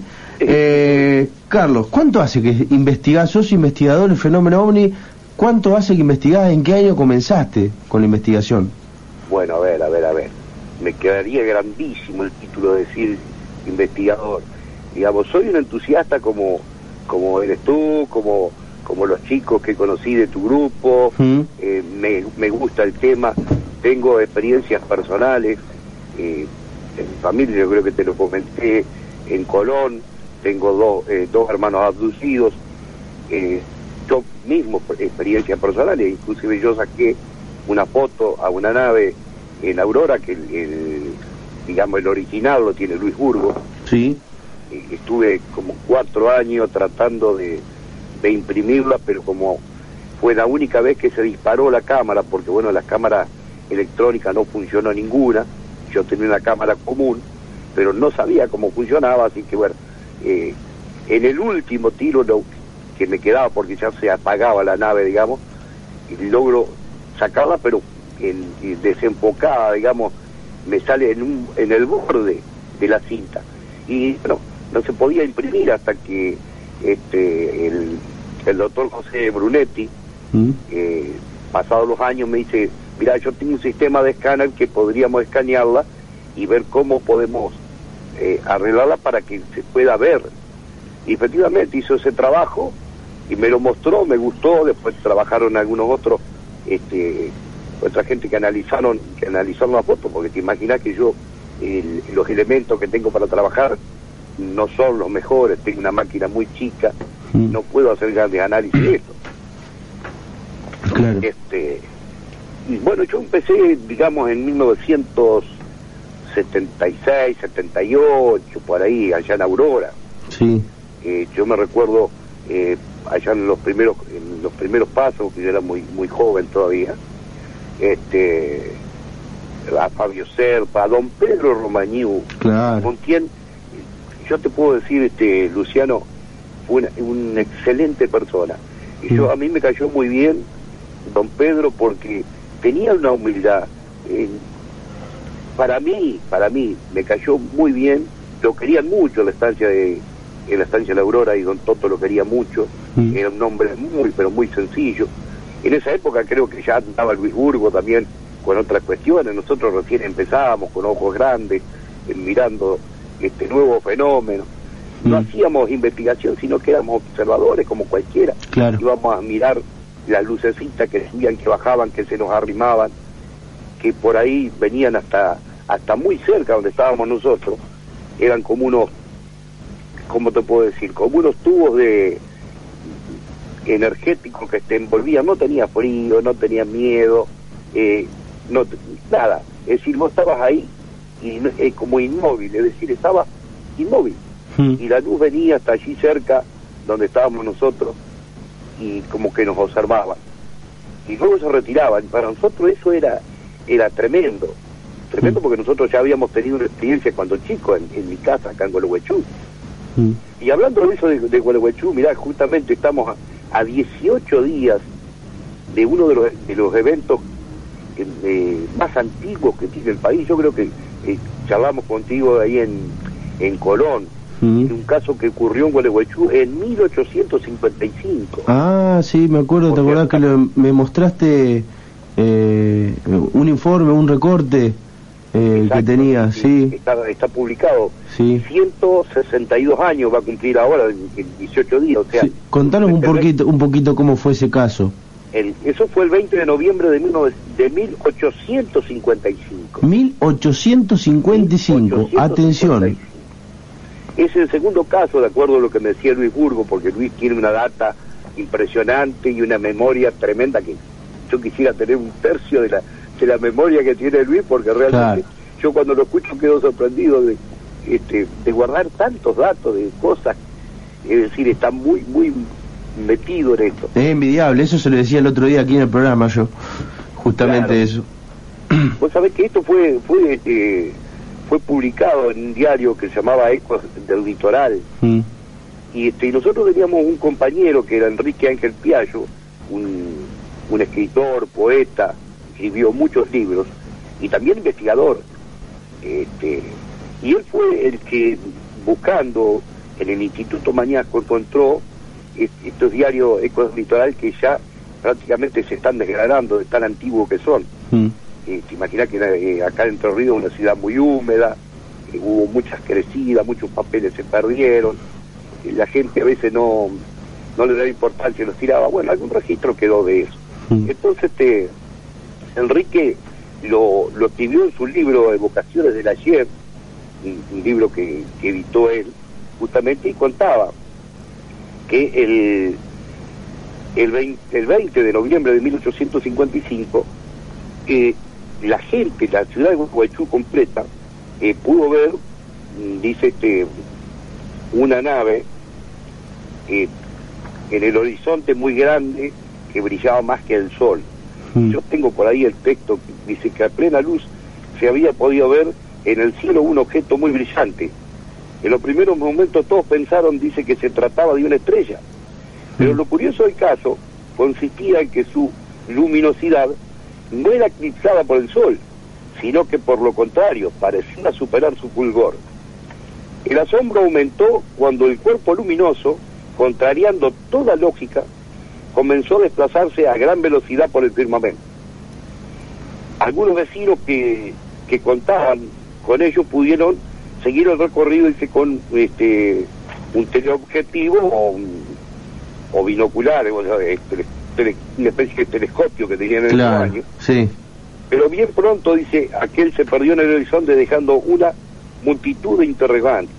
[SPEAKER 2] Eh, Carlos, ¿cuánto hace que investigás? Sos investigador del fenómeno OVNI. ¿Cuánto hace que investigás? ¿En qué año comenzaste con la investigación?
[SPEAKER 6] Bueno, a ver, a ver, a ver. Me quedaría grandísimo el título de decir investigador. Digamos, soy un entusiasta como como eres tú, como como los chicos que conocí de tu grupo. ¿Mm? eh, me, me gusta el tema, tengo experiencias personales, eh, en mi familia, yo creo que te lo comenté, en Colón, tengo dos, eh, dos hermanos abducidos, eh, yo mismo, experiencias personales, inclusive yo saqué una foto a una nave en Aurora, que el, el digamos el original lo tiene Luis Burgo.
[SPEAKER 2] Sí.
[SPEAKER 6] Eh, estuve como cuatro años tratando de de imprimirla, pero como fue la única vez que se disparó la cámara, porque bueno, la cámara electrónica no funcionó ninguna, yo tenía una cámara común, pero no sabía cómo funcionaba, así que bueno, eh, en el último tiro lo, que me quedaba, porque ya se apagaba la nave, digamos, y logro sacarla, pero en, en desenfocada, digamos, me sale en, un, en el borde de la cinta, y bueno, no se podía imprimir hasta que este el, el doctor José Brunetti, ¿Mm? eh, pasados los años, me dice, mira, yo tengo un sistema de escáner que podríamos escanearla y ver cómo podemos eh, arreglarla para que se pueda ver. Y efectivamente hizo ese trabajo y me lo mostró, me gustó. Después trabajaron algunos otros, este, otra gente que analizaron que analizaron la foto, porque te imaginas que yo el, los elementos que tengo para trabajar no son los mejores, tengo una máquina muy chica, mm. no puedo hacer grandes análisis de esto.
[SPEAKER 2] Claro.
[SPEAKER 6] Este, y bueno, yo empecé, digamos, en mil novecientos setenta y seis, setenta y ocho, por ahí, allá en Aurora.
[SPEAKER 2] Sí.
[SPEAKER 6] Eh, yo me recuerdo eh, allá en los primeros en los primeros pasos, que yo era muy muy joven todavía, este, a Fabio Serpa, a don Pedro Romagnú,
[SPEAKER 2] claro.
[SPEAKER 6] con quien yo te puedo decir, este Luciano, fue una, una excelente persona. Y yo, a mí me cayó muy bien don Pedro, porque tenía una humildad. Eh, para mí, para mí, me cayó muy bien. Lo querían mucho en la estancia de, en la estancia de la Aurora, y don Toto lo quería mucho. Mm. Era un hombre muy, pero muy sencillo. En esa época creo que ya andaba Luis Burgo también con otras cuestiones. Nosotros recién empezábamos con ojos grandes, eh, mirando este nuevo fenómeno. No mm. hacíamos investigación, sino que éramos observadores como cualquiera.
[SPEAKER 2] Claro.
[SPEAKER 6] Íbamos a mirar las lucecitas que subían, que bajaban, que se nos arrimaban, que por ahí venían hasta hasta muy cerca donde estábamos nosotros. Eran como unos, ¿cómo te puedo decir? Como unos tubos de energéticos que te envolvían. No tenía frío, no tenía miedo, eh, no nada. Es decir, vos estabas ahí y eh, como inmóvil, es decir, estaba inmóvil. Hmm. Y la luz venía hasta allí cerca donde estábamos nosotros y como que nos observaban. Y luego se retiraban. Y para nosotros eso era era tremendo. Tremendo, hmm. porque nosotros ya habíamos tenido una experiencia cuando chicos en, en mi casa acá en Gualeguaychú. Hmm. Y hablando de eso de, de Gualeguaychú, mirá, justamente estamos a, a dieciocho días de uno de los, de los eventos eh, más antiguos que tiene el país. Yo creo que eh, charlamos contigo ahí en, en Colón, mm. en un caso que ocurrió en Gualeguaychú en mil ochocientos cincuenta y cinco.
[SPEAKER 2] Ah, sí, me acuerdo. ¿Te acordás que lo, me mostraste eh, un informe, un recorte eh, exacto, que tenía? Sí, sí.
[SPEAKER 6] Está, está publicado.
[SPEAKER 2] Sí.
[SPEAKER 6] ciento sesenta y dos años va a cumplir ahora, en dieciocho días. O sea,
[SPEAKER 2] sí. Contanos un poquito, un poquito cómo fue ese caso.
[SPEAKER 6] El, eso fue el veinte de noviembre de, mil, de mil ochocientos cincuenta y cinco.
[SPEAKER 2] mil ochocientos cincuenta y cinco, atención.
[SPEAKER 6] Es el segundo caso, de acuerdo a lo que me decía Luis Burgo, porque Luis tiene una data impresionante y una memoria tremenda que yo quisiera tener un tercio de la de la memoria que tiene Luis, porque realmente claro. Yo cuando lo escucho quedo sorprendido de este de guardar tantos datos de cosas, es decir, está muy muy metido en esto.
[SPEAKER 2] Es envidiable, eso se lo decía el otro día aquí en el programa yo, justamente claro. Eso.
[SPEAKER 6] Vos sabés que esto fue fue eh, fue publicado en un diario que se llamaba Ecos del Litoral, mm. y este y nosotros teníamos un compañero que era Enrique Ángel Piallo, un, un escritor, poeta, escribió muchos libros y también investigador, este y él fue el que, buscando en el Instituto Mañasco, encontró estos diarios Ecos del Litoral que ya prácticamente se están desgradando de tan antiguos que son. Mm. Eh, te imaginas que eh, acá en Entre Ríos es una ciudad muy húmeda, eh, hubo muchas crecidas, muchos papeles se perdieron, eh, la gente a veces no no le daba importancia, los tiraba, bueno, algún registro quedó de eso. Mm. Entonces este Enrique lo, lo escribió en su libro Evocaciones del Ayer, un, un libro que, que editó él justamente, y contaba que el el veinte, el veinte de noviembre de mil ochocientos cincuenta y cinco eh, la gente, la ciudad de Gualeguaychú completa eh, pudo ver, dice este una nave eh, en el horizonte muy grande que brillaba más que el sol. Mm. Yo tengo por ahí el texto que dice que a plena luz se había podido ver en el cielo un objeto muy brillante. En los primeros momentos todos pensaron, dice, que se trataba de una estrella, pero lo curioso del caso consistía en que su luminosidad no era eclipsada por el sol, sino que por lo contrario parecía superar su fulgor. El asombro aumentó cuando el cuerpo luminoso, contrariando toda lógica, comenzó a desplazarse a gran velocidad por el firmamento. Algunos vecinos que, que contaban con ellos pudieron seguir el recorrido, dice, con este un teleobjetivo o, un, o binoculares, o sea, este, tele, una especie de telescopio que tenían en
[SPEAKER 2] claro,
[SPEAKER 6] el baño.
[SPEAKER 2] Sí.
[SPEAKER 6] Pero bien pronto, dice, aquel se perdió en el horizonte dejando una multitud de interrogantes.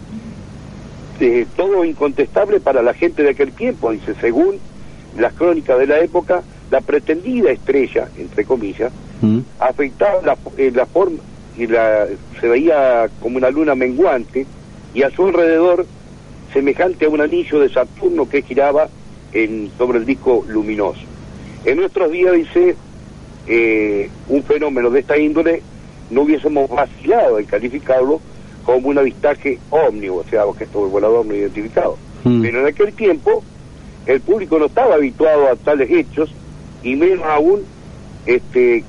[SPEAKER 6] Eh, todo incontestable para la gente de aquel tiempo, dice, según las crónicas de la época, la pretendida estrella, entre comillas, mm. afectaba la, eh, la forma, y la, se veía como una luna menguante, y a su alrededor semejante a un anillo de Saturno que giraba en, sobre el disco luminoso. En nuestros días, dice, eh, un fenómeno de esta índole no hubiésemos vacilado en calificarlo como un avistaje ómnibus, o sea, objeto volador no identificado. Mm. Pero en aquel tiempo el público no estaba habituado a tales hechos, y menos aún este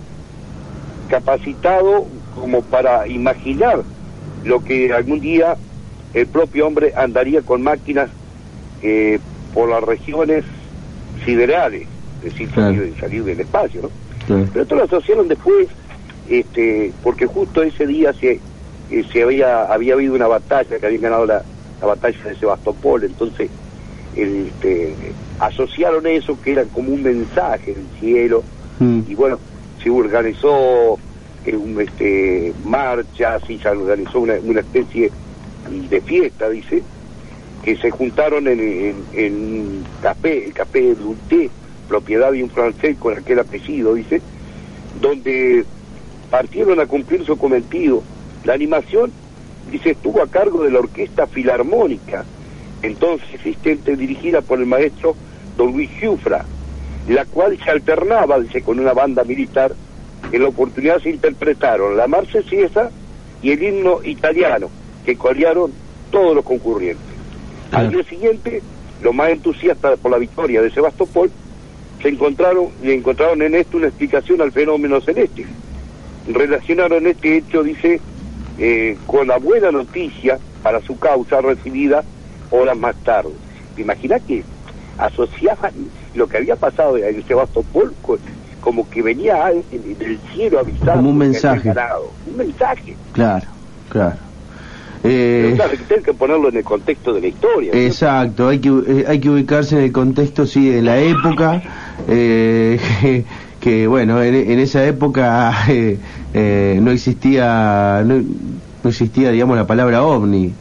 [SPEAKER 6] capacitado como para imaginar lo que algún día el propio hombre andaría con máquinas eh, por las regiones siderales, es decir, claro. salir, salir del espacio, ¿no? Claro. Pero esto lo asociaron después, este, porque justo ese día se eh, se había había habido una batalla, que habían ganado la, la batalla de Sebastopol, entonces el, este, asociaron eso, que era como un mensaje del cielo, mm. y bueno, se organizó eh, un, este, marchas, y se organizó una, una especie de fiesta, dice, que se juntaron en, en, en café, el café Dulté, propiedad de un francés con aquel apellido, dice, donde partieron a cumplir su cometido. La animación, dice, estuvo a cargo de la Orquesta Filarmónica, entonces existente, dirigida por el maestro don Luis Giuffra, la cual se alternaba, dice, con una banda militar. En la oportunidad se interpretaron la Marsellesa y el himno italiano, que corearon todos los concurrentes. Al día siguiente, los más entusiastas por la victoria de Sebastopol se encontraron y encontraron en esto una explicación al fenómeno celeste. Relacionaron este hecho, dice, eh, con la buena noticia para su causa recibida horas más tarde. ¿Te imaginas que asociaban lo que había pasado en Sebastopol con, como que venía alguien del cielo avisado?
[SPEAKER 2] Como un mensaje.
[SPEAKER 6] Un mensaje.
[SPEAKER 2] Claro, claro.
[SPEAKER 6] Eh, Pero claro, hay que ponerlo en el contexto de la historia.
[SPEAKER 2] Exacto, ¿no? hay que eh, hay que ubicarse en el contexto, sí, de la época, eh, que, que bueno, en, en esa época eh, eh, no existía, no, no existía, digamos, la palabra ovni,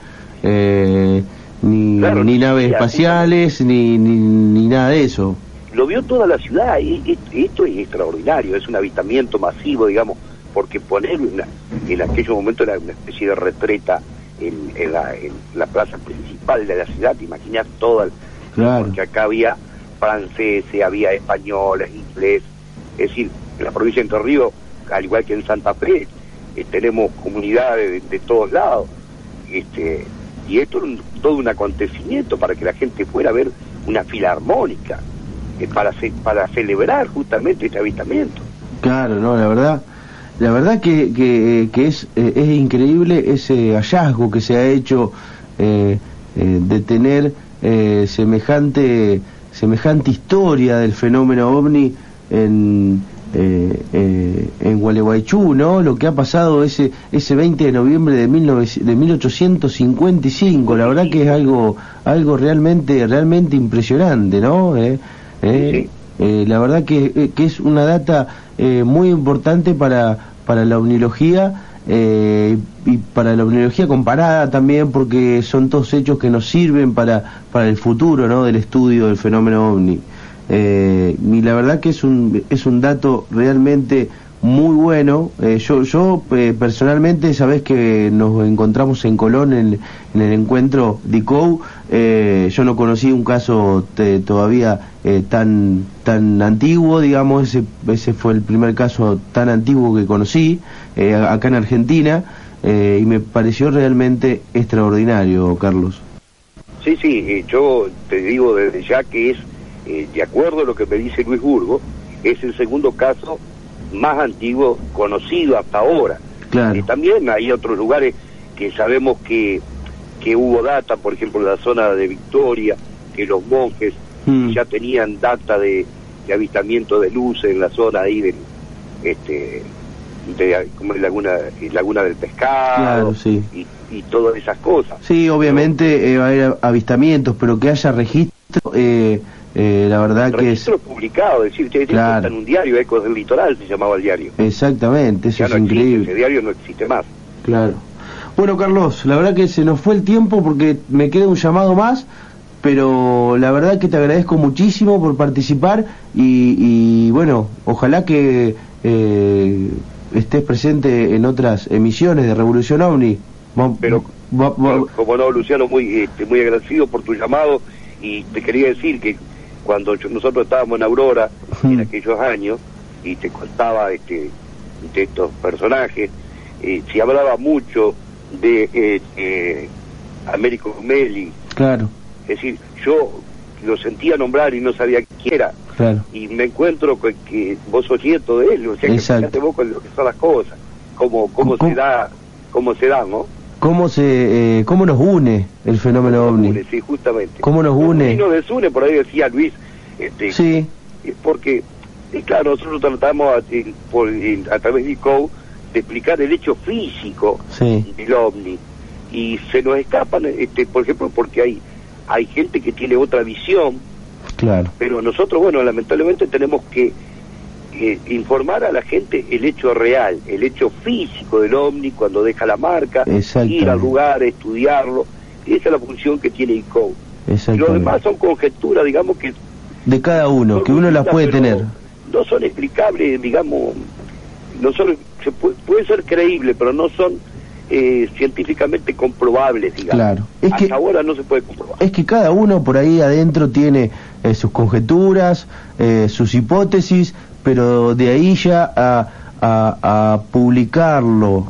[SPEAKER 2] eh, ni,
[SPEAKER 6] claro,
[SPEAKER 2] ni
[SPEAKER 6] sí,
[SPEAKER 2] naves
[SPEAKER 6] sí,
[SPEAKER 2] espaciales, ni, ni, ni nada de eso.
[SPEAKER 6] Lo vio toda la ciudad, y, y esto es extraordinario, es un avistamiento masivo, digamos, porque poner una, en aquellos momentos era una especie de retreta en, en, la, en la plaza principal de la ciudad, te imaginas toda, el,
[SPEAKER 2] claro.
[SPEAKER 6] Porque acá había franceses, había españoles, inglés, es decir, en la provincia de Entre Ríos, al igual que en Santa Fe, eh, tenemos comunidades de, de todos lados, este, y esto era un, todo un acontecimiento para que la gente fuera a ver una filarmónica, eh, para, ce, para celebrar justamente este avistamiento.
[SPEAKER 2] Claro, no, la verdad... La verdad que, que, que es, eh, es increíble ese hallazgo que se ha hecho eh, eh, de tener eh, semejante semejante historia del fenómeno ovni en eh, eh, en Gualeguaychú, ¿no? Lo que ha pasado ese ese veinte de noviembre de, de mil ochocientos cincuenta y cinco, la verdad que es algo algo realmente realmente impresionante, ¿no? Eh, eh, eh, la verdad que, que es una data eh, muy importante para para la ovnilogía eh, y para la ovnilogía comparada también, porque son todos hechos que nos sirven para para el futuro, ¿no?, del estudio del fenómeno ovni. Eh, y la verdad que es un es un dato realmente muy bueno. Eh, yo yo eh, personalmente, sabés que nos encontramos en Colón en, en el encuentro D I C O U, eh, yo no conocí un caso te, todavía eh, tan tan antiguo, digamos, ese ese fue el primer caso tan antiguo que conocí eh, acá en Argentina, eh, y me pareció realmente extraordinario, Carlos.
[SPEAKER 6] Sí, sí, eh, yo te digo desde ya que es, eh, de acuerdo a lo que me dice Luis Burgo, es el segundo caso más antiguo conocido hasta ahora.
[SPEAKER 2] Claro.
[SPEAKER 6] Eh, también hay otros lugares que sabemos que, que hubo data, por ejemplo en la zona de Victoria, que los monjes mm. ya tenían data de, de avistamiento de luces en la zona ahí del, este, de, como es Laguna, Laguna del Pescado,
[SPEAKER 2] claro, sí.
[SPEAKER 6] y, y todas esas cosas.
[SPEAKER 2] Sí, obviamente eh, va a haber avistamientos, pero que haya registro, eh, Eh, la verdad que es...
[SPEAKER 6] registro publicado, es decir, que
[SPEAKER 2] claro.
[SPEAKER 6] está en un diario, Ecos del Litoral se llamaba el diario.
[SPEAKER 2] Exactamente, eso
[SPEAKER 6] ya
[SPEAKER 2] es
[SPEAKER 6] no
[SPEAKER 2] increíble.
[SPEAKER 6] Existe, ese diario no existe más.
[SPEAKER 2] Claro. Bueno, Carlos, la verdad que se nos fue el tiempo porque me queda un llamado más, pero la verdad que te agradezco muchísimo por participar y, y bueno, ojalá que eh, estés presente en otras emisiones de Revolución OVNI. Va,
[SPEAKER 6] pero,
[SPEAKER 2] va, va,
[SPEAKER 6] pero como no, Luciano, muy, este, muy agradecido por tu llamado, y te quería decir que cuando yo, nosotros estábamos en Aurora, hmm. en aquellos años, y te contaba este, de estos personajes, eh, se hablaba mucho de eh, eh, Américo Meli.
[SPEAKER 2] Claro.
[SPEAKER 6] Es decir, yo lo sentía nombrar y no sabía quién era.
[SPEAKER 2] Claro.
[SPEAKER 6] Y me encuentro con que vos sos nieto de él, o sea, que fíjate vos con lo que son las cosas, cómo, cómo, cómo se da, cómo se da, ¿no?
[SPEAKER 2] ¿Cómo se eh, cómo nos une el fenómeno ovni?
[SPEAKER 6] Une, sí, justamente.
[SPEAKER 2] ¿Cómo nos une?
[SPEAKER 6] Y nos desune, por ahí decía Luis, este,
[SPEAKER 2] sí.
[SPEAKER 6] Porque, y claro, nosotros tratamos a, por, a través de D I C O U de explicar el hecho físico
[SPEAKER 2] sí.
[SPEAKER 6] del ovni, y se nos escapan, este, por ejemplo, porque hay hay gente que tiene otra visión,
[SPEAKER 2] claro.
[SPEAKER 6] Pero nosotros, bueno, lamentablemente tenemos que Eh, informar a la gente el hecho real, el hecho físico del ovni cuando deja la marca, ir al lugar, estudiarlo, y esa es la función que tiene D I C O U. Lo demás son conjeturas, digamos, que
[SPEAKER 2] de cada uno, que uno las puede tener.
[SPEAKER 6] No son explicables, digamos, no son, se puede, puede ser creíble, pero no son eh, científicamente comprobables, digamos.
[SPEAKER 2] Claro. Es
[SPEAKER 6] Hasta
[SPEAKER 2] que,
[SPEAKER 6] ahora no se puede comprobar.
[SPEAKER 2] Es que cada uno por ahí adentro tiene eh, sus conjeturas, eh, sus hipótesis, pero de ahí ya a, a, a publicarlo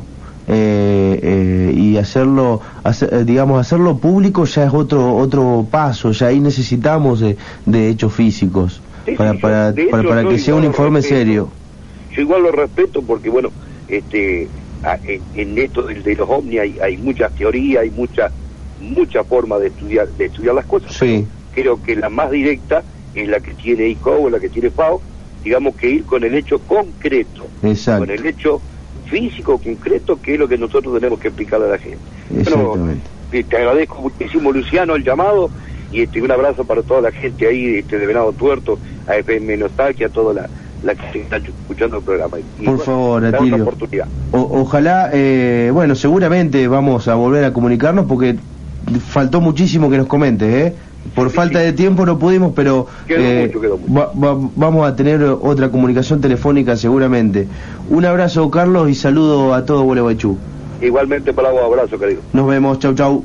[SPEAKER 2] eh, eh, y hacerlo, hacer, digamos, hacerlo público ya es otro otro paso, ya ahí necesitamos de, de hechos físicos
[SPEAKER 6] sí,
[SPEAKER 2] para,
[SPEAKER 6] sí,
[SPEAKER 2] para,
[SPEAKER 6] yo,
[SPEAKER 2] para, para que sea un informe
[SPEAKER 6] respeto.
[SPEAKER 2] serio.
[SPEAKER 6] Yo igual lo respeto porque, bueno, este en, en esto de, de los ovnis hay, hay muchas teorías, hay muchas muchas formas de estudiar de estudiar las cosas.
[SPEAKER 2] Sí.
[SPEAKER 6] Creo que la más directa es la que tiene D I C O U, la que tiene F A O, digamos, que ir con el hecho concreto,
[SPEAKER 2] exacto.
[SPEAKER 6] Con el hecho físico concreto, que es lo que nosotros tenemos que explicarle a la gente.
[SPEAKER 2] Exactamente.
[SPEAKER 6] Bueno, te agradezco muchísimo, Luciano, el llamado, y este un abrazo para toda la gente ahí este, de Venado Tuerto, a F M Nostalgia, a toda la, la que está escuchando el programa. Y,
[SPEAKER 2] por
[SPEAKER 6] bueno,
[SPEAKER 2] favor,
[SPEAKER 6] dar
[SPEAKER 2] Atilio.
[SPEAKER 6] una oportunidad.
[SPEAKER 2] O, ojalá, eh, bueno, seguramente vamos a volver a comunicarnos porque faltó muchísimo que nos comentes, ¿eh? Por
[SPEAKER 6] Sí,
[SPEAKER 2] falta
[SPEAKER 6] sí.
[SPEAKER 2] de tiempo no pudimos, pero
[SPEAKER 6] Quedó
[SPEAKER 2] eh,
[SPEAKER 6] mucho, quedó mucho.
[SPEAKER 2] va- va- vamos a tener otra comunicación telefónica seguramente. Un abrazo, Carlos, y saludo a todo Gualeguaychú.
[SPEAKER 6] Igualmente para vos, abrazo, querido.
[SPEAKER 2] Nos vemos, chau chau.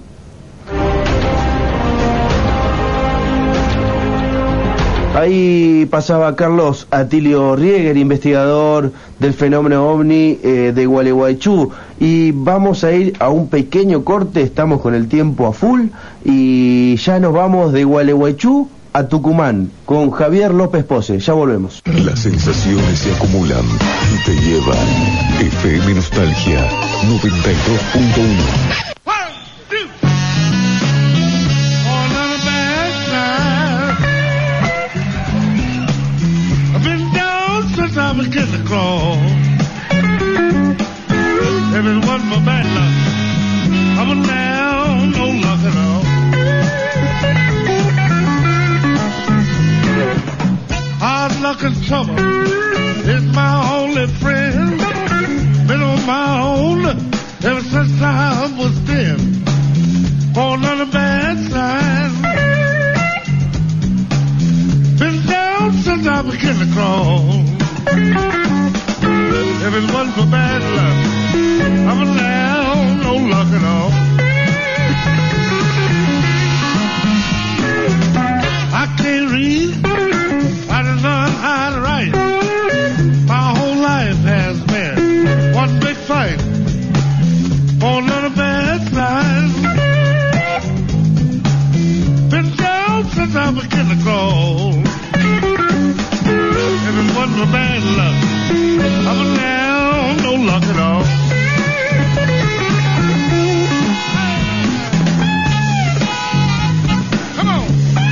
[SPEAKER 2] Ahí pasaba Carlos Atilio Rieger, investigador del fenómeno OVNI eh, de Gualeguaychú. Y vamos a ir a un pequeño corte, estamos con el tiempo a full, y ya nos vamos de Gualeguaychú a Tucumán con Javier López Pose. Ya volvemos.
[SPEAKER 7] Las sensaciones se acumulan y te llevan. F M Nostalgia noventa y dos punto uno.
[SPEAKER 8] I begin to crawl. If it wasn't for bad luck, I would now no luck at all. Hard luck and trouble is my only friend. Been on my own ever since I was ten. For another bad sign. Been down since I began to crawl. If it wasn't for bad luck, I would have no luck at all. I can't read, I don't know how to write. My whole life has been one big fight for another bad sign. Been down since I began to crawl. If it wasn't for bad luck, I would have no luck at all. Come on.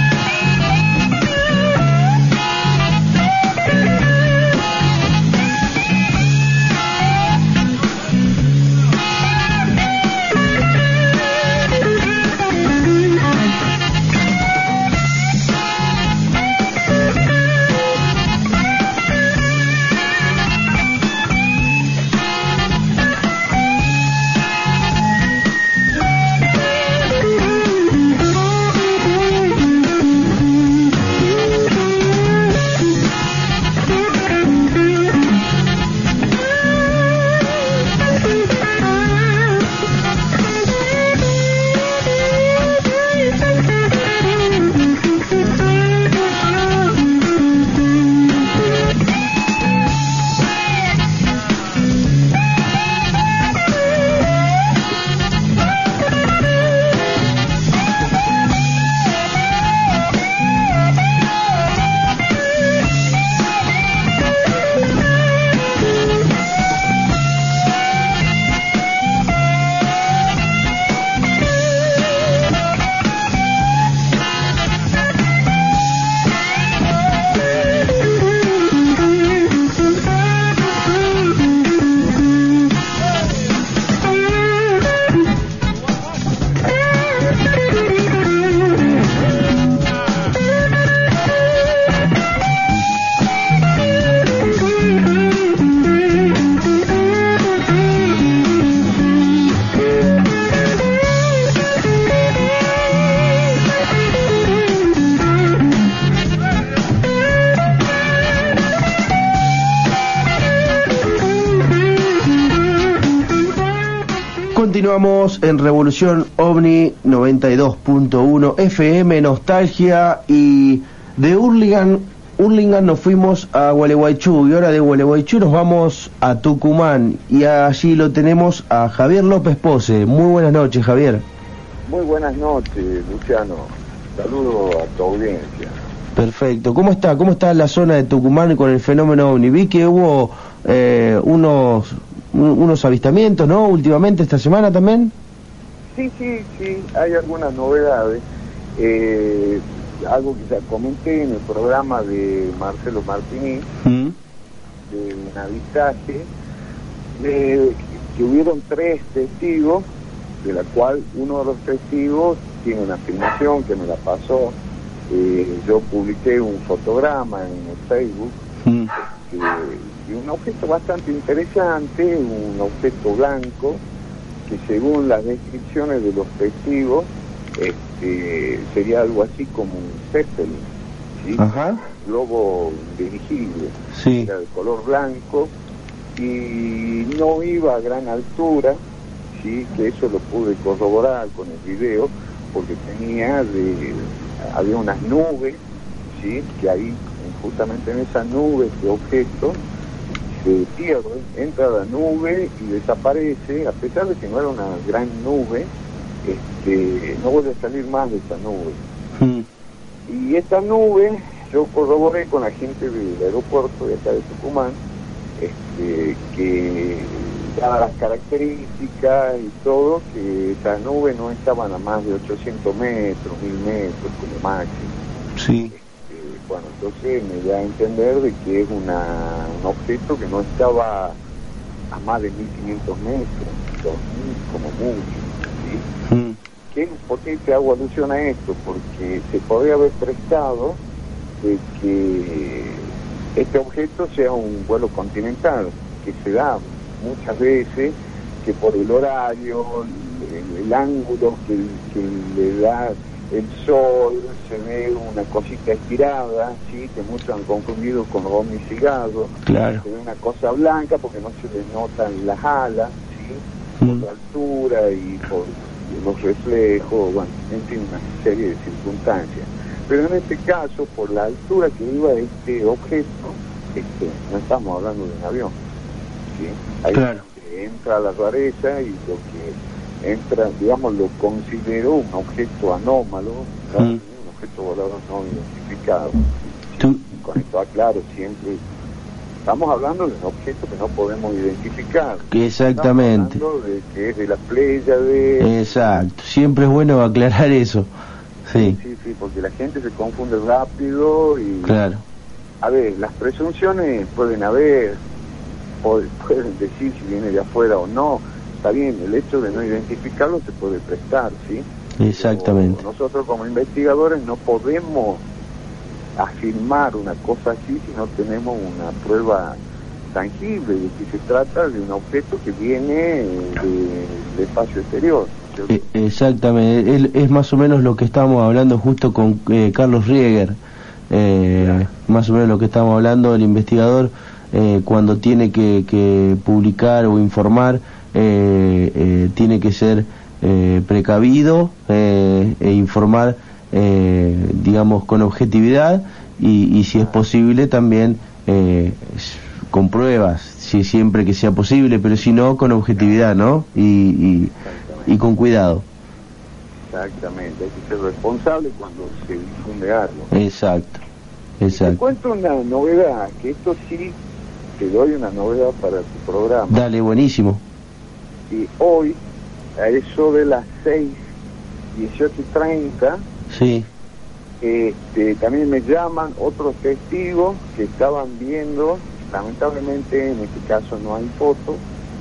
[SPEAKER 2] Continuamos en Revolución OVNI noventa y dos punto uno F M Nostalgia, y de Hurlingham, Hurlingham nos fuimos a Gualeguaychú, y ahora de Gualeguaychú nos vamos a Tucumán, y allí lo tenemos a Javier López Pose. Muy buenas noches, Javier.
[SPEAKER 9] Muy buenas noches, Luciano. Saludo a tu audiencia.
[SPEAKER 2] Perfecto. ¿Cómo está? ¿Cómo está la zona de Tucumán con el fenómeno OVNI? Vi que hubo eh, unos unos avistamientos, ¿no? Últimamente, esta semana también.
[SPEAKER 9] Sí, sí, sí, hay algunas novedades. Eh, algo que ya comenté en el programa de Marcelo Martínez,
[SPEAKER 2] ¿Mm?
[SPEAKER 9] de un avistaje, de, que hubieron tres testigos de la cual uno de los testigos tiene una filmación que me la pasó. Eh, yo publiqué un fotograma en el Facebook, mm. eh, y un objeto bastante interesante, un objeto blanco, que según las descripciones de los testigos, este, sería algo así como un Zeppelin, ¿sí?
[SPEAKER 2] Ajá.
[SPEAKER 9] Un globo dirigible,
[SPEAKER 2] sí.
[SPEAKER 9] Era de color blanco y no iba a gran altura, ¿sí? Que eso lo pude corroborar con el video, porque tenía de, había unas nubes, ¿sí? Que ahí, justamente en esas nubes de objetos, se pierde, entra la nube y desaparece, a pesar de que no era una gran nube, este, no vuelve a salir más de esa nube. Mm. Y esta nube, yo corroboré con la gente del aeropuerto de acá de Tucumán, este, que dadas las características y todo, que esa nube no estaban a más de ochocientos metros, mil metros como máximo.
[SPEAKER 2] Sí.
[SPEAKER 9] Bueno, entonces me da a entender de que es una, un objeto que no estaba a más de mil quinientos metros, dos mil como mucho, ¿sí? Mm. ¿Qué, ¿Por qué te hago alusión a esto? Porque se podría haber prestado de que este objeto sea un vuelo continental, que se da muchas veces, que por el horario, el, el ángulo que, que le da el sol, se ve una cosita estirada, ¿sí? Que muchos han confundido con los ovnis cigarros.
[SPEAKER 2] Claro.
[SPEAKER 9] Se ve una cosa blanca porque no se le notan las alas, ¿sí? Mm. Por la altura y por los reflejos, bueno, en fin, una serie de circunstancias. Pero en este caso, por la altura que iba este objeto, este, no estamos hablando de un avión, ¿sí? Ahí
[SPEAKER 2] claro.
[SPEAKER 9] Entra la rareza y lo que entra, digamos, lo considero un objeto anómalo, ¿no? Mm. Un objeto volador no identificado.
[SPEAKER 2] ¿Tú?
[SPEAKER 9] Con esto aclaro siempre, estamos hablando de un objeto que no podemos identificar.
[SPEAKER 2] Exactamente.
[SPEAKER 9] Estamos hablando de que es de la Pléyade.
[SPEAKER 2] Exacto, siempre es bueno aclarar eso. Sí.
[SPEAKER 9] Sí, sí, porque la gente se confunde rápido y...
[SPEAKER 2] Claro.
[SPEAKER 9] A ver, las presunciones pueden haber, pueden decir si viene de afuera o no. Está bien, el hecho de no identificarlo se puede prestar, ¿sí?
[SPEAKER 2] Exactamente.
[SPEAKER 9] Pero nosotros como investigadores no podemos afirmar una cosa así si no tenemos una prueba tangible de que se trata de un objeto que viene de, de espacio exterior.
[SPEAKER 2] Eh, exactamente, es, es más o menos lo que estábamos hablando justo con eh, Carlos Rieger, eh, claro. Más o menos lo que estábamos hablando, el investigador eh, cuando tiene que, que publicar o informar, Eh, eh, tiene que ser eh, precavido eh, e informar, eh, digamos, con objetividad y, y si es posible también eh, con pruebas, si siempre que sea posible, pero si no, con objetividad, ¿no? Y, y, y con cuidado.
[SPEAKER 9] Exactamente, hay que ser responsable cuando se difunde algo.
[SPEAKER 2] Exacto, exacto.
[SPEAKER 9] Te cuento una novedad, que esto sí te doy una novedad para tu programa.
[SPEAKER 2] Dale, buenísimo.
[SPEAKER 9] Y hoy, a eso de las seis, dieciocho y treinta,
[SPEAKER 2] sí.
[SPEAKER 9] este, también me llaman otros testigos que estaban viendo, lamentablemente en este caso no hay fotos,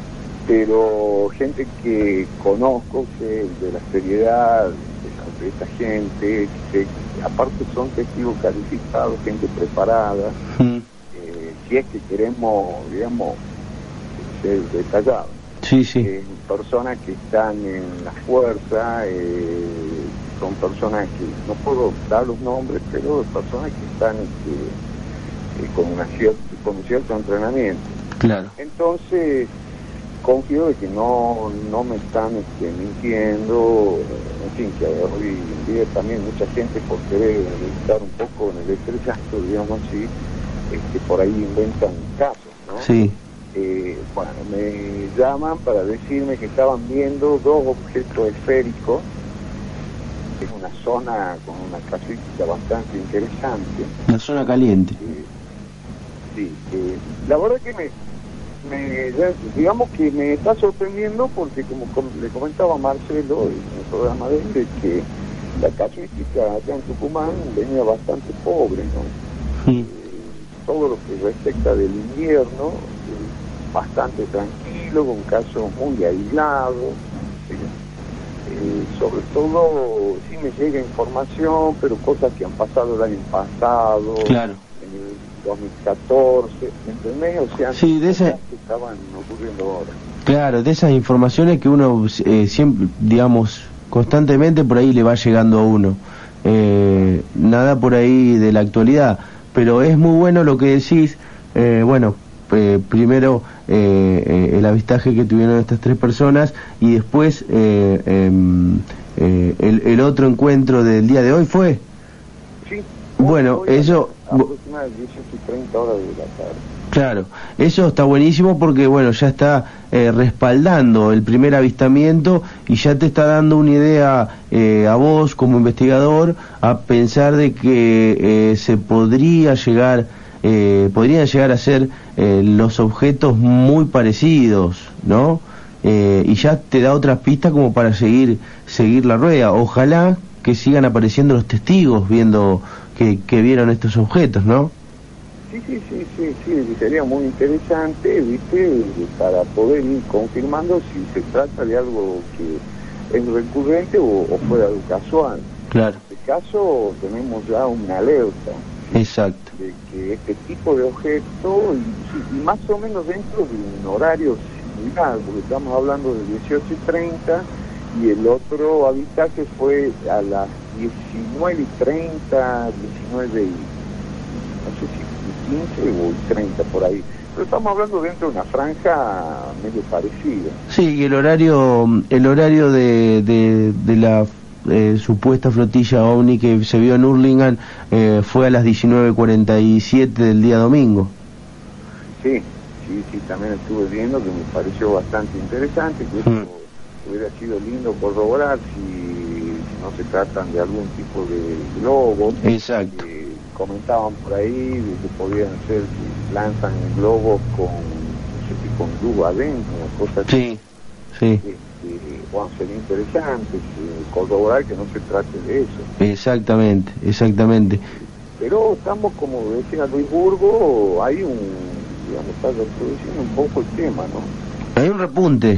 [SPEAKER 9] pero gente que conozco, sé de la seriedad de, de esta gente, que aparte son testigos calificados, gente preparada, mm. eh, si es que queremos, digamos, ser detallados.
[SPEAKER 2] Sí, sí.
[SPEAKER 9] Eh, personas que están en la fuerza, eh, son personas que, no puedo dar los nombres, pero personas que están este, eh, con, una cierta, con un cierto entrenamiento.
[SPEAKER 2] Claro.
[SPEAKER 9] Entonces, confío de que no, no me están este, mintiendo, en fin, que hoy en día también mucha gente por querer estar un poco en el estrellato, digamos así, este, por ahí inventan casos, ¿no?
[SPEAKER 2] Sí.
[SPEAKER 9] Eh, bueno, me llaman para decirme que estaban viendo dos objetos esféricos en una zona con una casuística bastante interesante.
[SPEAKER 2] Una zona caliente.
[SPEAKER 9] Eh, sí, eh, la verdad que me, me, digamos que me está sorprendiendo porque como, como le comentaba a Marcelo en el programa de él, de que la casuística acá en Tucumán venía bastante pobre, ¿no? Sí. Eh, todo lo que respecta del invierno, bastante tranquilo, con casos muy aislados, ¿sí? sobre todo, sí me llega información, pero cosas que han pasado el año pasado,
[SPEAKER 2] claro,
[SPEAKER 9] en el dos mil catorce, ¿me entendés? O sea,
[SPEAKER 2] sí, de esa...
[SPEAKER 9] que estaban ocurriendo ahora.
[SPEAKER 2] Claro, de esas informaciones que uno eh, siempre, digamos, constantemente por ahí le va llegando a uno. Eh, nada por ahí de la actualidad, pero es muy bueno lo que decís. Eh, bueno, eh, primero eh, eh, el avistaje que tuvieron estas tres personas y después eh, eh, eh, el, el otro encuentro del día de hoy fue.
[SPEAKER 9] Sí.
[SPEAKER 2] Bueno,
[SPEAKER 9] hoy
[SPEAKER 2] eso...
[SPEAKER 9] aproximadamente dieciocho y treinta horas de la tarde.
[SPEAKER 2] Claro, eso está buenísimo porque, bueno, ya está eh, respaldando el primer avistamiento y ya te está dando una idea eh, a vos como investigador a pensar de que eh, se podría llegar, eh, podrían llegar a ser eh, los objetos muy parecidos, ¿no? Eh, y ya te da otras pistas como para seguir, seguir la rueda. Ojalá que sigan apareciendo los testigos viendo que, que vieron estos objetos, ¿no?
[SPEAKER 9] Sí, sí, sí, sí, sí, sería muy interesante, ¿viste? Para poder ir confirmando si se trata de algo que es recurrente o, o fue algo casual.
[SPEAKER 2] Claro.
[SPEAKER 9] En este caso tenemos ya una alerta. ¿Sí?
[SPEAKER 2] Exacto.
[SPEAKER 9] De que este tipo de objeto, y, y más o menos dentro de un horario similar, porque estamos hablando de dieciocho y treinta, y el otro avistaje fue a las diecinueve y treinta, diecinueve y... no sé si quince o treinta por ahí, pero estamos hablando dentro de una franja medio parecida.
[SPEAKER 2] Sí, y el horario el horario de, de, de la eh, supuesta flotilla OVNI que se vio en Hurlingham eh, fue a las diecinueve cuarenta y siete del día domingo.
[SPEAKER 9] Sí, sí, sí, también estuve viendo que me pareció bastante interesante, que
[SPEAKER 2] mm.
[SPEAKER 9] eso hubiera sido lindo corroborar si, si no se tratan de algún tipo de globo.
[SPEAKER 2] Exacto.
[SPEAKER 9] Que, comentaban por ahí de que podían ser que lanzan globos con no sé si con luz adentro, cosas
[SPEAKER 2] sí, sí.
[SPEAKER 9] Este, bueno, sería interesante eh, corroborar que no se trate de eso.
[SPEAKER 2] Exactamente, exactamente.
[SPEAKER 9] Pero estamos, como decía Luis Burgo, hay un, digamos, está reproduciendo un poco el tema, ¿no?
[SPEAKER 2] Hay un repunte.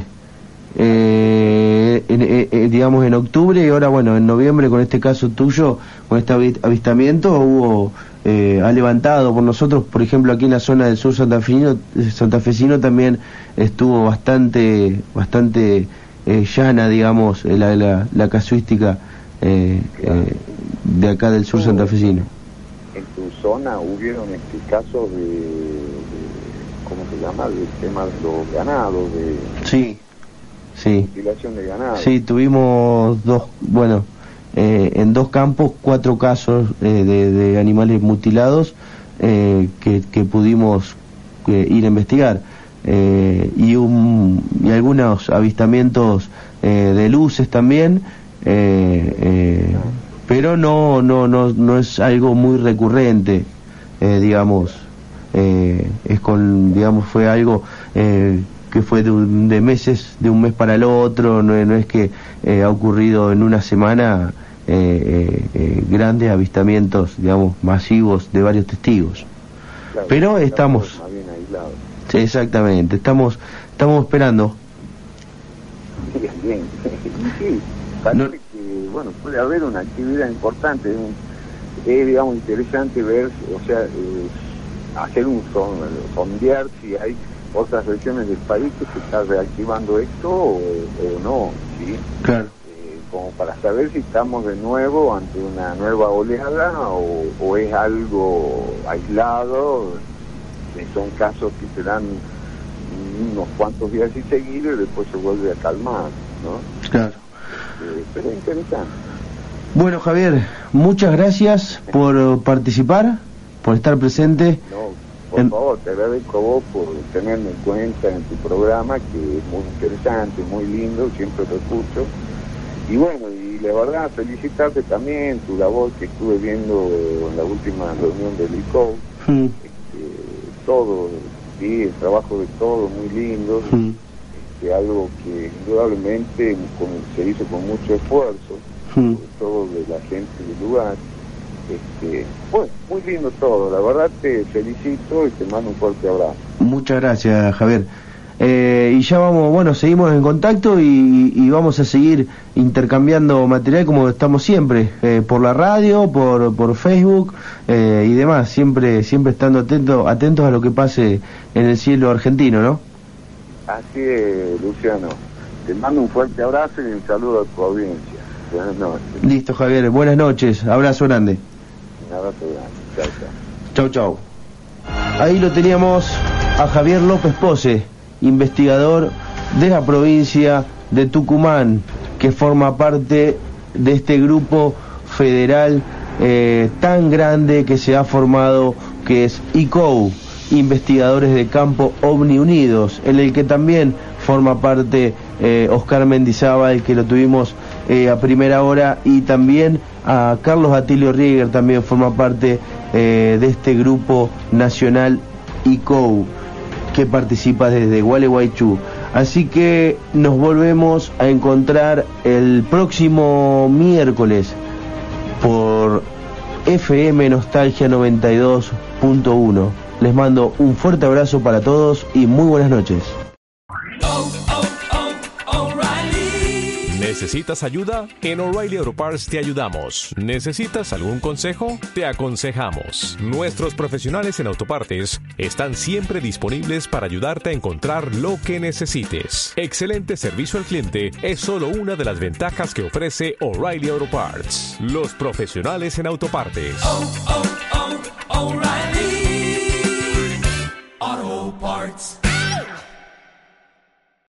[SPEAKER 2] Eh, en, eh, eh, digamos en octubre y ahora bueno en noviembre con este caso tuyo, con este avistamiento hubo eh, ha levantado por nosotros, por ejemplo aquí en la zona del sur santafesino, santafesino también estuvo bastante bastante eh, llana, digamos, la, la, la casuística eh, eh, de acá del sur santafesino.
[SPEAKER 9] En tu zona hubieron este caso de, de ¿cómo se llama? Del tema de los ganados, de
[SPEAKER 2] sí Sí.
[SPEAKER 9] De ganado.
[SPEAKER 2] Sí, tuvimos dos, bueno, eh, en dos campos, cuatro casos eh, de, de animales mutilados eh, que, que pudimos eh, ir a investigar eh, y, un, y algunos avistamientos eh, de luces también, eh, eh, pero no, no, no, no es algo muy recurrente, eh, digamos, eh, es con, digamos, fue algo eh, que fue de, un, de meses, de un mes para el otro, no, no es que eh, ha ocurrido en una semana eh, eh, eh, grandes avistamientos, digamos, masivos de varios testigos. Claro, pero estamos...
[SPEAKER 9] Más bien aislados.
[SPEAKER 2] Sí, exactamente, estamos estamos esperando.
[SPEAKER 9] Bien, bien. Sí, parece no, que, bueno, puede haber una actividad importante, es, un, es digamos, interesante ver, o sea, eh, hacer un son, sondear si hay otras regiones del país que se está reactivando esto o, o no, ¿sí?
[SPEAKER 2] Claro.
[SPEAKER 9] Eh, como para saber si estamos de nuevo ante una nueva oleada o, o es algo aislado, que son casos que se dan unos cuantos días y seguidos y después se vuelve a calmar, ¿no?
[SPEAKER 2] Claro.
[SPEAKER 9] Eh, pero es interesante.
[SPEAKER 2] Bueno, Javier, muchas gracias por participar, por estar presente.
[SPEAKER 9] No, por en... favor, te agradezco a vos por tenerme en cuenta en tu programa, que es muy interesante, muy lindo, siempre lo escucho. Y bueno, y la verdad, felicitarte también, tu labor que estuve viendo en la última reunión del I C O U, mm. este, todo, sí, el trabajo de todo, muy lindo, mm. este, algo que indudablemente con, se hizo con mucho esfuerzo, mm. sobre todo de la gente del lugar. Este, bueno, muy lindo todo, la verdad te felicito y te mando un fuerte abrazo.
[SPEAKER 2] Muchas gracias, Javier. Eh, y ya vamos, bueno, seguimos en contacto y, y vamos a seguir intercambiando material como estamos siempre, eh, por la radio, por, por Facebook eh, y demás, siempre siempre estando atento, atentos a lo que pase en el cielo argentino, ¿no?
[SPEAKER 9] Así es, Luciano. Te mando un fuerte abrazo y un saludo a tu audiencia. Buenas noches.
[SPEAKER 2] Listo, Javier, buenas noches, abrazo grande.
[SPEAKER 9] Un abrazo grande. Chao,
[SPEAKER 2] Chau,
[SPEAKER 9] chao.
[SPEAKER 2] chau. Ahí lo teníamos a Javier López Pose, investigador de la provincia de Tucumán, que forma parte de este grupo federal eh, tan grande que se ha formado, que es I C O U, Investigadores de Campo OVNI Unidos, en el que también forma parte eh, Oscar Mendizábal, que lo tuvimos eh, a primera hora, y también a Carlos Atilio Rieger, también forma parte eh, de este grupo nacional I C O U, que participa desde Gualeguaychú. Así que nos volvemos a encontrar el próximo miércoles por F M Nostalgia noventa y dos punto uno. Les mando un fuerte abrazo para todos y muy buenas noches.
[SPEAKER 10] ¿Necesitas ayuda? En O'Reilly Auto Parts te ayudamos. ¿Necesitas algún consejo? Te aconsejamos. Nuestros profesionales en autopartes están siempre disponibles para ayudarte a encontrar lo que necesites. Excelente servicio al cliente es solo una de las ventajas que ofrece O'Reilly Auto Parts. Los profesionales en autopartes. Oh, oh, oh, O'Reilly Auto Parts.